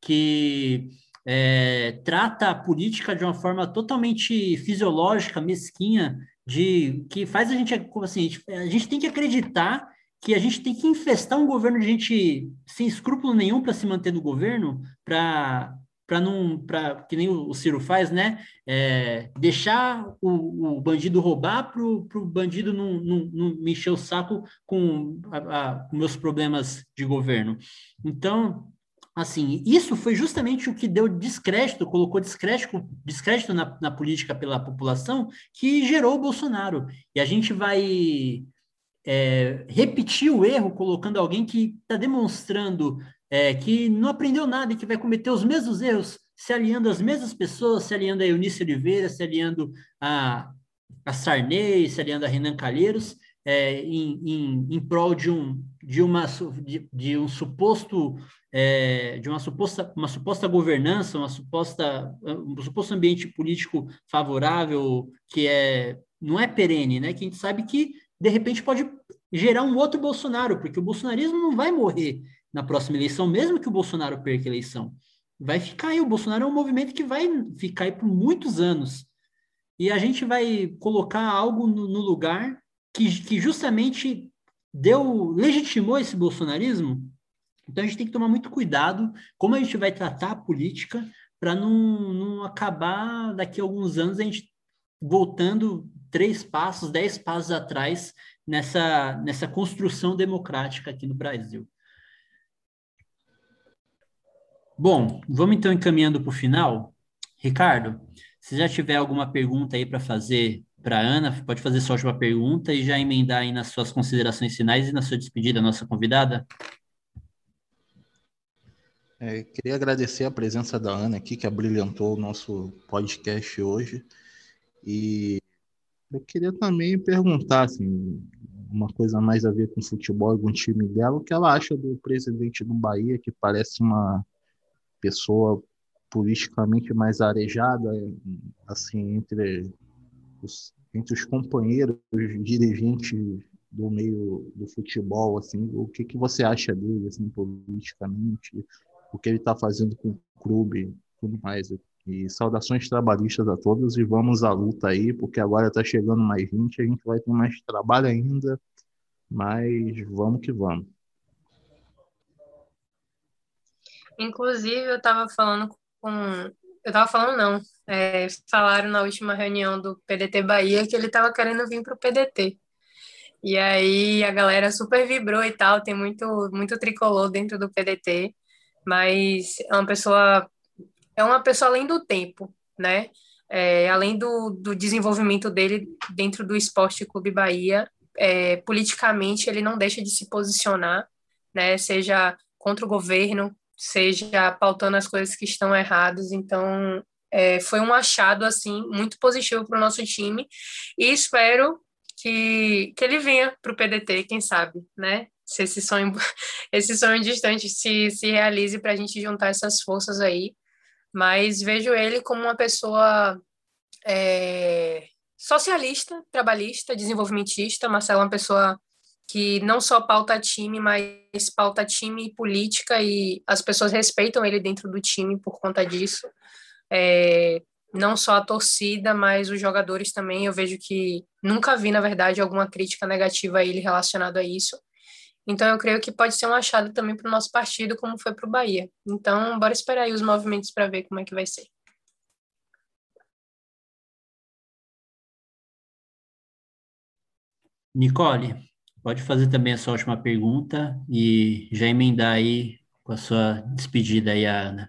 que é, trata a política de uma forma totalmente fisiológica, mesquinha, de que faz a gente, como assim, a gente, a gente tem que acreditar que a gente tem que infestar um governo de gente sem escrúpulo nenhum para se manter no governo, para para não, para que nem o Ciro faz, né? É, deixar o, o bandido roubar para o bandido não, não, não me encher o saco com, a, a, com meus problemas de governo. Então, assim, isso foi justamente o que deu descrédito, colocou descrédito, descrédito na, na política pela população, que gerou o Bolsonaro. E a gente vai é, repetir o erro colocando alguém que está demonstrando é, que não aprendeu nada e que vai cometer os mesmos erros, se aliando às mesmas pessoas, se aliando a Eunice Oliveira, se aliando a, a Sarney, se aliando a Renan Calheiros, é, em, em, em prol de um, de uma, de, de um suposto, é, de uma suposta, uma suposta governança, uma suposta, um suposto ambiente político favorável, que é, não é perene, né? Que a gente sabe que, de repente, pode gerar um outro Bolsonaro, porque o bolsonarismo não vai morrer na próxima eleição, mesmo que o Bolsonaro perca a eleição. Vai ficar aí, o Bolsonaro é um movimento que vai ficar aí por muitos anos. E a gente vai colocar algo no, no lugar que, que justamente deu, legitimou esse bolsonarismo. Então a gente tem que tomar muito cuidado como a gente vai tratar a política para não, não acabar daqui a alguns anos a gente voltando três passos, dez passos atrás nessa, nessa construção democrática aqui no Brasil. Bom, vamos então encaminhando para o final. Ricardo, se já tiver alguma pergunta aí para fazer para a Ana, pode fazer sua última pergunta e já emendar aí nas suas considerações finais e na sua despedida, nossa convidada. É, queria agradecer a presença da Ana aqui, que abrilhantou o nosso podcast hoje. E eu queria também perguntar, assim, uma coisa mais a ver com futebol, algum time dela, o que ela acha do presidente do Bahia, que parece uma pessoa politicamente mais arejada, assim, entre os, entre os companheiros dirigentes do meio do futebol, assim, o que, que você acha dele, assim, politicamente, o que ele está fazendo com o clube, tudo mais. E saudações trabalhistas a todos e vamos à luta aí, porque agora está chegando mais gente, a gente vai ter mais trabalho ainda, mas vamos que vamos. Inclusive, eu estava falando com... Eu estava falando, não. É, falaram na última reunião do P D T Bahia que ele estava querendo vir para o P D T. E aí a galera super vibrou e tal, tem muito, muito tricolor dentro do P D T, mas é uma pessoa, é uma pessoa além do tempo, né? É, além do, do desenvolvimento dele dentro do Esporte Clube Bahia, é, politicamente ele não deixa de se posicionar, né? Seja contra o governo, seja pautando as coisas que estão erradas. Então, é, foi um achado assim muito positivo para o nosso time e espero que, que ele venha para o P D T, quem sabe, né? Se esse sonho, esse sonho distante se, se realize para a gente juntar essas forças aí. Mas vejo ele como uma pessoa é, socialista, trabalhista, desenvolvimentista. Marcelo é uma pessoa que não só pauta time, mas pauta time e política, e as pessoas respeitam ele dentro do time por conta disso. É, não só a torcida, mas os jogadores também. Eu vejo que nunca vi, na verdade, alguma crítica negativa a ele relacionada a isso. Então, eu creio que pode ser um achado também para o nosso partido, como foi para o Bahia. Então, bora esperar aí os movimentos para ver como é que vai ser. Nicole, pode fazer também a sua última pergunta e já emendar aí com a sua despedida aí, a Ana.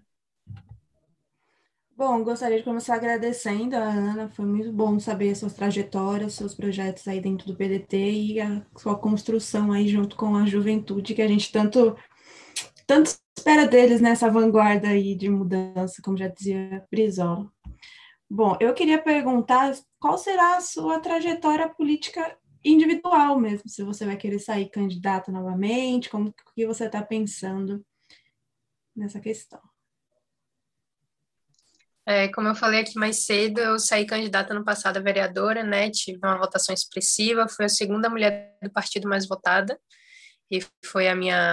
Bom, gostaria de começar agradecendo a Ana, foi muito bom saber suas trajetórias, seus projetos aí dentro do P D T e a sua construção aí junto com a juventude, que a gente tanto, tanto espera deles nessa vanguarda aí de mudança, como já dizia Brizola. Bom, eu queria perguntar qual será a sua trajetória política individual mesmo, se você vai querer sair candidato novamente, como que você está pensando nessa questão. É, como eu falei aqui mais cedo, eu saí candidata no passado a vereadora, né? Tive uma votação expressiva, fui a segunda mulher do partido mais votada e foi a minha,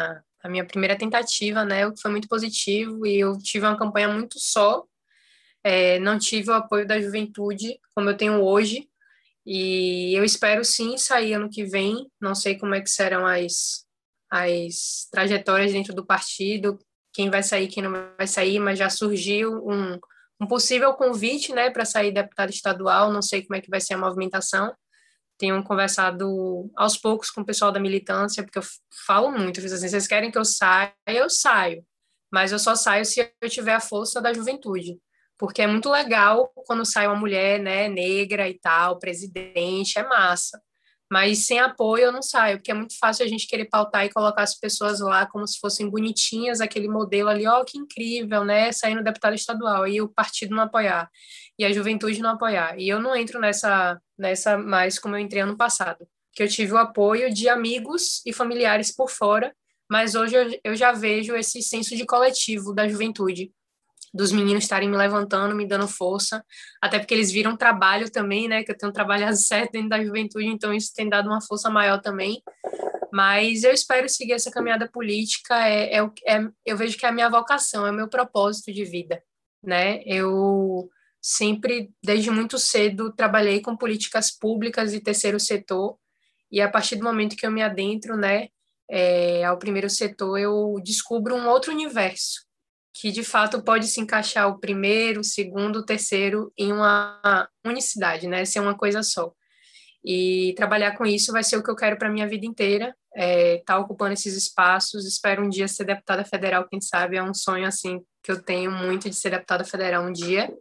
a minha primeira tentativa, né, o que foi muito positivo, e eu tive uma campanha muito só, é, não tive o apoio da juventude como eu tenho hoje, e eu espero sim sair ano que vem, não sei como é que serão as, as trajetórias dentro do partido, quem vai sair, quem não vai sair, mas já surgiu um, um possível convite, né, para sair deputado estadual, não sei como é que vai ser a movimentação. Tenho conversado aos poucos com o pessoal da militância, porque eu falo muito, eu fiz assim, vocês querem que eu saia, eu saio, mas eu só saio se eu tiver a força da juventude, porque é muito legal quando sai uma mulher, né, negra e tal, presidente, é massa, mas sem apoio eu não saio, porque é muito fácil a gente querer pautar e colocar as pessoas lá como se fossem bonitinhas, aquele modelo ali, ó, que incrível, né, saindo deputado estadual, e o partido não apoiar, e a juventude não apoiar, e eu não entro nessa, nessa mais como eu entrei ano passado, que eu tive o apoio de amigos e familiares por fora, mas hoje eu, eu já vejo esse senso de coletivo da juventude, dos meninos estarem me levantando, me dando força, até porque eles viram trabalho também, né, que eu tenho trabalhado certo dentro da juventude, então isso tem dado uma força maior também, mas eu espero seguir essa caminhada política, é, é, é, eu vejo que é a minha vocação, é o meu propósito de vida, né, eu sempre, desde muito cedo, trabalhei com políticas públicas e terceiro setor, e a partir do momento que eu me adentro, né, é, ao primeiro setor, eu descubro um outro universo, que de fato pode se encaixar o primeiro, o segundo, o terceiro em uma unicidade, né? Ser uma coisa só. E trabalhar com isso vai ser o que eu quero para a minha vida inteira, é, tá ocupando esses espaços, espero um dia ser deputada federal, quem sabe, é um sonho, assim, que eu tenho muito de ser deputada federal um dia.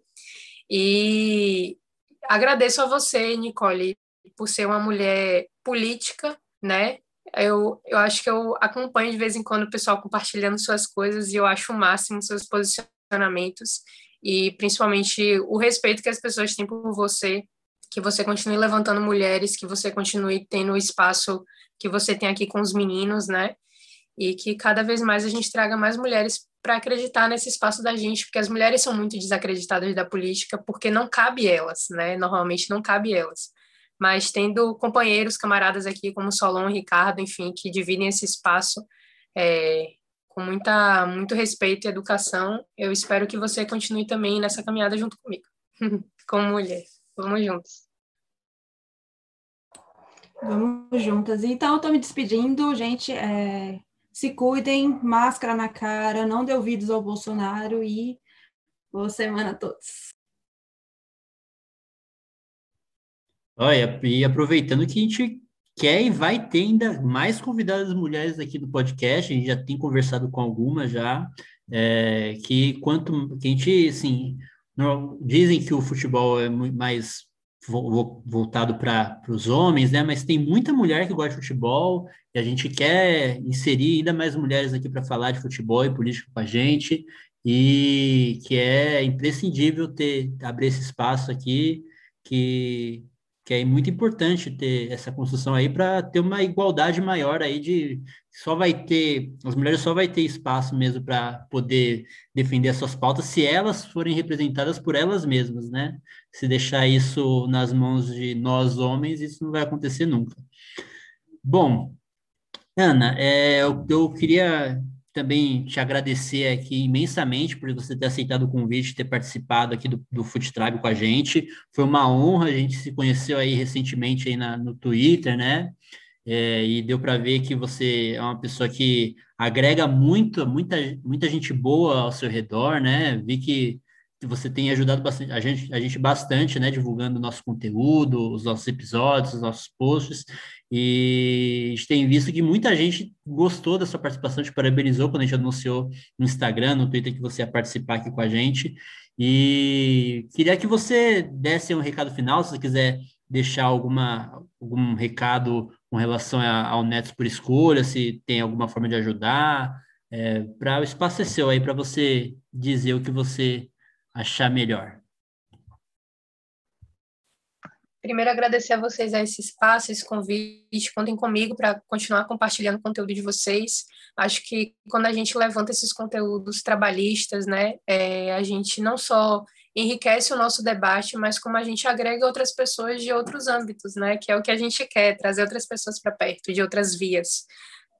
E agradeço a você, Nicole, por ser uma mulher política, né? Eu, eu acho que eu acompanho de vez em quando o pessoal compartilhando suas coisas e eu acho o máximo seus posicionamentos e principalmente o respeito que as pessoas têm por você, que você continue levantando mulheres, que você continue tendo o espaço que você tem aqui com os meninos, né? E que cada vez mais a gente traga mais mulheres para acreditar nesse espaço da gente, porque as mulheres são muito desacreditadas da política, porque não cabe elas, né? Normalmente não cabe elas. Mas tendo companheiros, camaradas aqui, como Solon, Ricardo, enfim, que dividem esse espaço é, com muita, muito respeito e educação, eu espero que você continue também nessa caminhada junto comigo, como mulher. Vamos juntos. Vamos juntas. Então, eu tô me despedindo, gente. É, se cuidem, máscara na cara, não dê ouvidos ao Bolsonaro e boa semana a todos. Olha, e aproveitando que a gente quer e vai ter ainda mais convidadas mulheres aqui do podcast, a gente já tem conversado com algumas já, é, que quanto que a gente, assim, não- dizem que o futebol é muito mais vo- vo- voltado para os homens, né? Mas tem muita mulher que gosta de futebol e a gente quer inserir ainda mais mulheres aqui para falar de futebol e política com a gente, e que é imprescindível ter abrir esse espaço aqui que que é muito importante ter essa construção aí para ter uma igualdade maior aí de só vai ter, as mulheres só vai ter espaço mesmo para poder defender as suas pautas se elas forem representadas por elas mesmas, né? Se deixar isso nas mãos de nós homens, isso não vai acontecer nunca. Bom, Ana, é, eu, eu queria também te agradecer aqui imensamente por você ter aceitado o convite, ter participado aqui do, do Food Tribe com a gente. Foi uma honra, a gente se conheceu aí recentemente aí na, no Twitter, né? É, e deu para ver que você é uma pessoa que agrega muito, muita, muita gente boa ao seu redor, né? Vi que você tem ajudado bastante, a gente, a gente bastante, né? Divulgando o nosso conteúdo, os nossos episódios, os nossos posts, e a gente tem visto que muita gente gostou da sua participação, te parabenizou quando a gente anunciou no Instagram, no Twitter, que você ia participar aqui com a gente. E queria que você desse um recado final, se você quiser deixar alguma, algum recado com relação a, ao Netos por Escolha, se tem alguma forma de ajudar, é, para o espaço é seu aí, para você dizer o que você achar melhor. Primeiro, agradecer a vocês a esse espaço, esse convite. Contem comigo para continuar compartilhando o conteúdo de vocês. Acho que quando a gente levanta esses conteúdos trabalhistas, né, é, a gente não só enriquece o nosso debate, mas como a gente agrega outras pessoas de outros âmbitos, né, que é o que a gente quer, trazer outras pessoas para perto, de outras vias,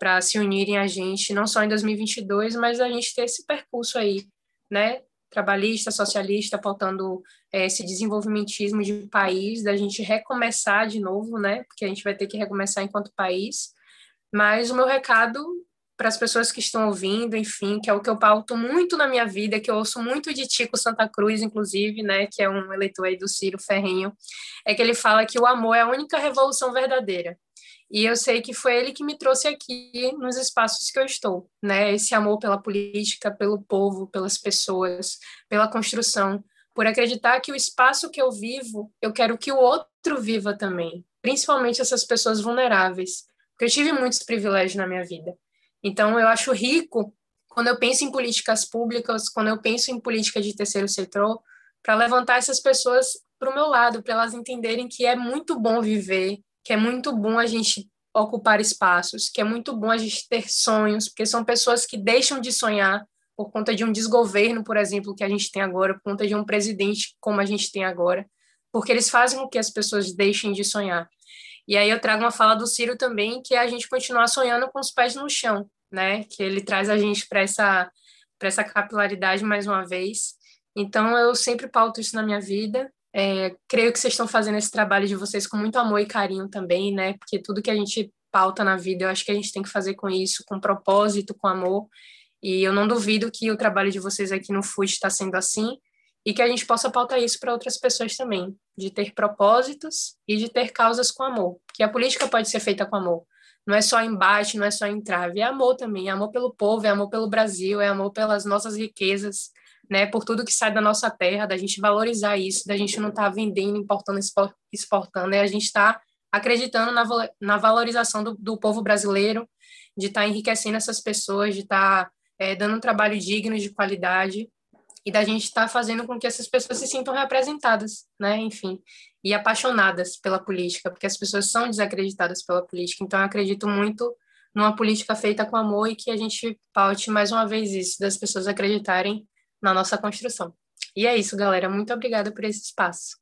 para se unirem a gente, não só em dois mil e vinte e dois, mas a gente ter esse percurso aí, né, trabalhista, socialista, pautando é, esse desenvolvimentismo de país, da gente recomeçar de novo, né, porque a gente vai ter que recomeçar enquanto país. Mas o meu recado para as pessoas que estão ouvindo, enfim, que é o que eu pauto muito na minha vida, que eu ouço muito de Tico Santa Cruz, inclusive, né, que é um eleitor aí do Ciro Ferrenho, é que ele fala que o amor é a única revolução verdadeira. E eu sei que foi ele que me trouxe aqui nos espaços que eu estou, né, esse amor pela política, pelo povo, pelas pessoas, pela construção, por acreditar que o espaço que eu vivo, eu quero que o outro viva também, principalmente essas pessoas vulneráveis, porque eu tive muitos privilégios na minha vida. Então, eu acho rico, quando eu penso em políticas públicas, quando eu penso em política de terceiro setor, para levantar essas pessoas para o meu lado, para elas entenderem que é muito bom viver, que é muito bom a gente ocupar espaços, que é muito bom a gente ter sonhos, porque são pessoas que deixam de sonhar por conta de um desgoverno, por exemplo, que a gente tem agora, por conta de um presidente como a gente tem agora, porque eles fazem com que as pessoas deixem de sonhar. E aí eu trago uma fala do Ciro também, que é a gente continuar sonhando com os pés no chão, né? Que ele traz a gente para essa, para essa capilaridade mais uma vez. Então, eu sempre pauto isso na minha vida. É, creio que vocês estão fazendo esse trabalho de vocês com muito amor e carinho também, né? Porque tudo que a gente pauta na vida, eu acho que a gente tem que fazer com isso, com propósito, com amor. E eu não duvido que o trabalho de vocês aqui no F U T está sendo assim, e que a gente possa pautar isso para outras pessoas também, de ter propósitos e de ter causas com amor, porque a política pode ser feita com amor, não é só embate, não é só entrave, é amor também, é amor pelo povo, é amor pelo Brasil, é amor pelas nossas riquezas, né, por tudo que sai da nossa terra, da gente valorizar isso, da gente não estar tá vendendo, importando, exportando, né, a gente está acreditando na, na valorização do, do povo brasileiro, de estar tá enriquecendo essas pessoas, de estar tá, é, dando um trabalho digno, de qualidade, e da gente estar tá fazendo com que essas pessoas se sintam representadas, né, enfim, e apaixonadas pela política, porque as pessoas são desacreditadas pela política, então eu acredito muito numa política feita com amor e que a gente paute mais uma vez isso, das pessoas acreditarem na nossa construção. E é isso, galera, muito obrigada por esse espaço.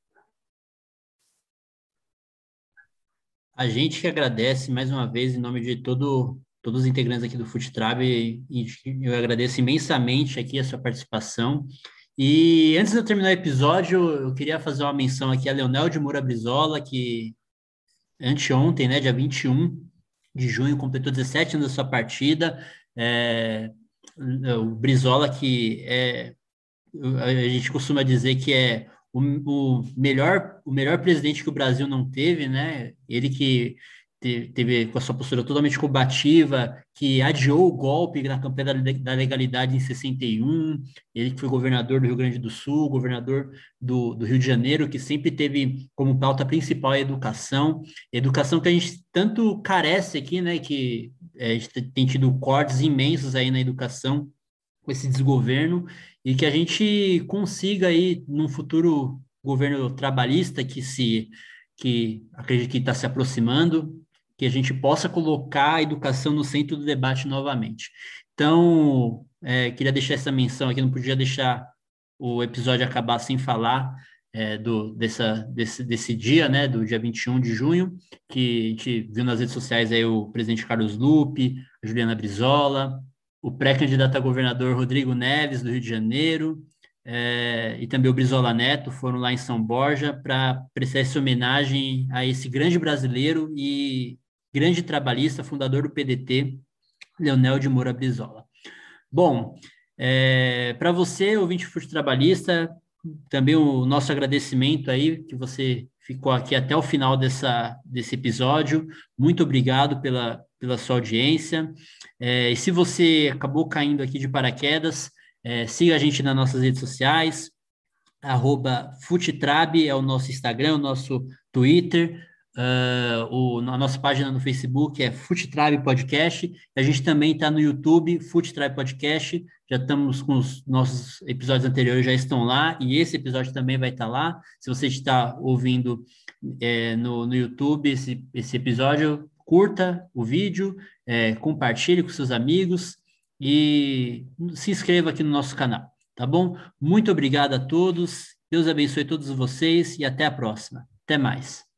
A gente que agradece mais uma vez em nome de todo todos os integrantes aqui do FUTTRAB, e eu agradeço imensamente aqui a sua participação. E antes de eu terminar o episódio, eu queria fazer uma menção aqui a Leonel de Moura Brizola, que anteontem, né, dia vinte e um de junho, completou dezessete anos da sua partida. É, o Brizola, que é, a gente costuma dizer que é o, o, melhor, o melhor presidente que o Brasil não teve, né? Ele que teve com a sua postura totalmente combativa, que adiou o golpe na campanha da legalidade em sessenta e um, ele que foi governador do Rio Grande do Sul, governador do, do Rio de Janeiro, que sempre teve como pauta principal a educação, educação que a gente tanto carece aqui, né, que é, a gente tem tido cortes imensos aí na educação com esse desgoverno, e que a gente consiga aí, num futuro governo trabalhista que se que acredito que está se aproximando, que a gente possa colocar a educação no centro do debate novamente. Então, é, queria deixar essa menção aqui, não podia deixar o episódio acabar sem falar é, do, dessa, desse, desse dia, né, do dia vinte e um de junho, que a gente viu nas redes sociais aí o presidente Carlos Lupe, a Juliana Brizola, o pré-candidato a governador Rodrigo Neves, do Rio de Janeiro, é, e também o Brizola Neto, foram lá em São Borja para prestar essa homenagem a esse grande brasileiro e grande trabalhista, fundador do P D T, Leonel de Moura Brizola. Bom, é, para você, ouvinte F U T Trabalhista, também o nosso agradecimento aí, que você ficou aqui até o final dessa, desse episódio. Muito obrigado pela, pela sua audiência. É, e se você acabou caindo aqui de paraquedas, é, siga a gente nas nossas redes sociais, arroba FUTTRAB é o nosso Instagram, o nosso Twitter, uh, o, a nossa página no Facebook é FUTTRAB Podcast, a gente também está no YouTube, FUTTRAB Podcast, já estamos com os nossos episódios anteriores, já estão lá, e esse episódio também vai estar lá. Se você está ouvindo é, no, no YouTube esse, esse episódio, curta o vídeo, é, compartilhe com seus amigos e se inscreva aqui no nosso canal, tá bom? Muito obrigado a todos, Deus abençoe todos vocês e até a próxima. Até mais.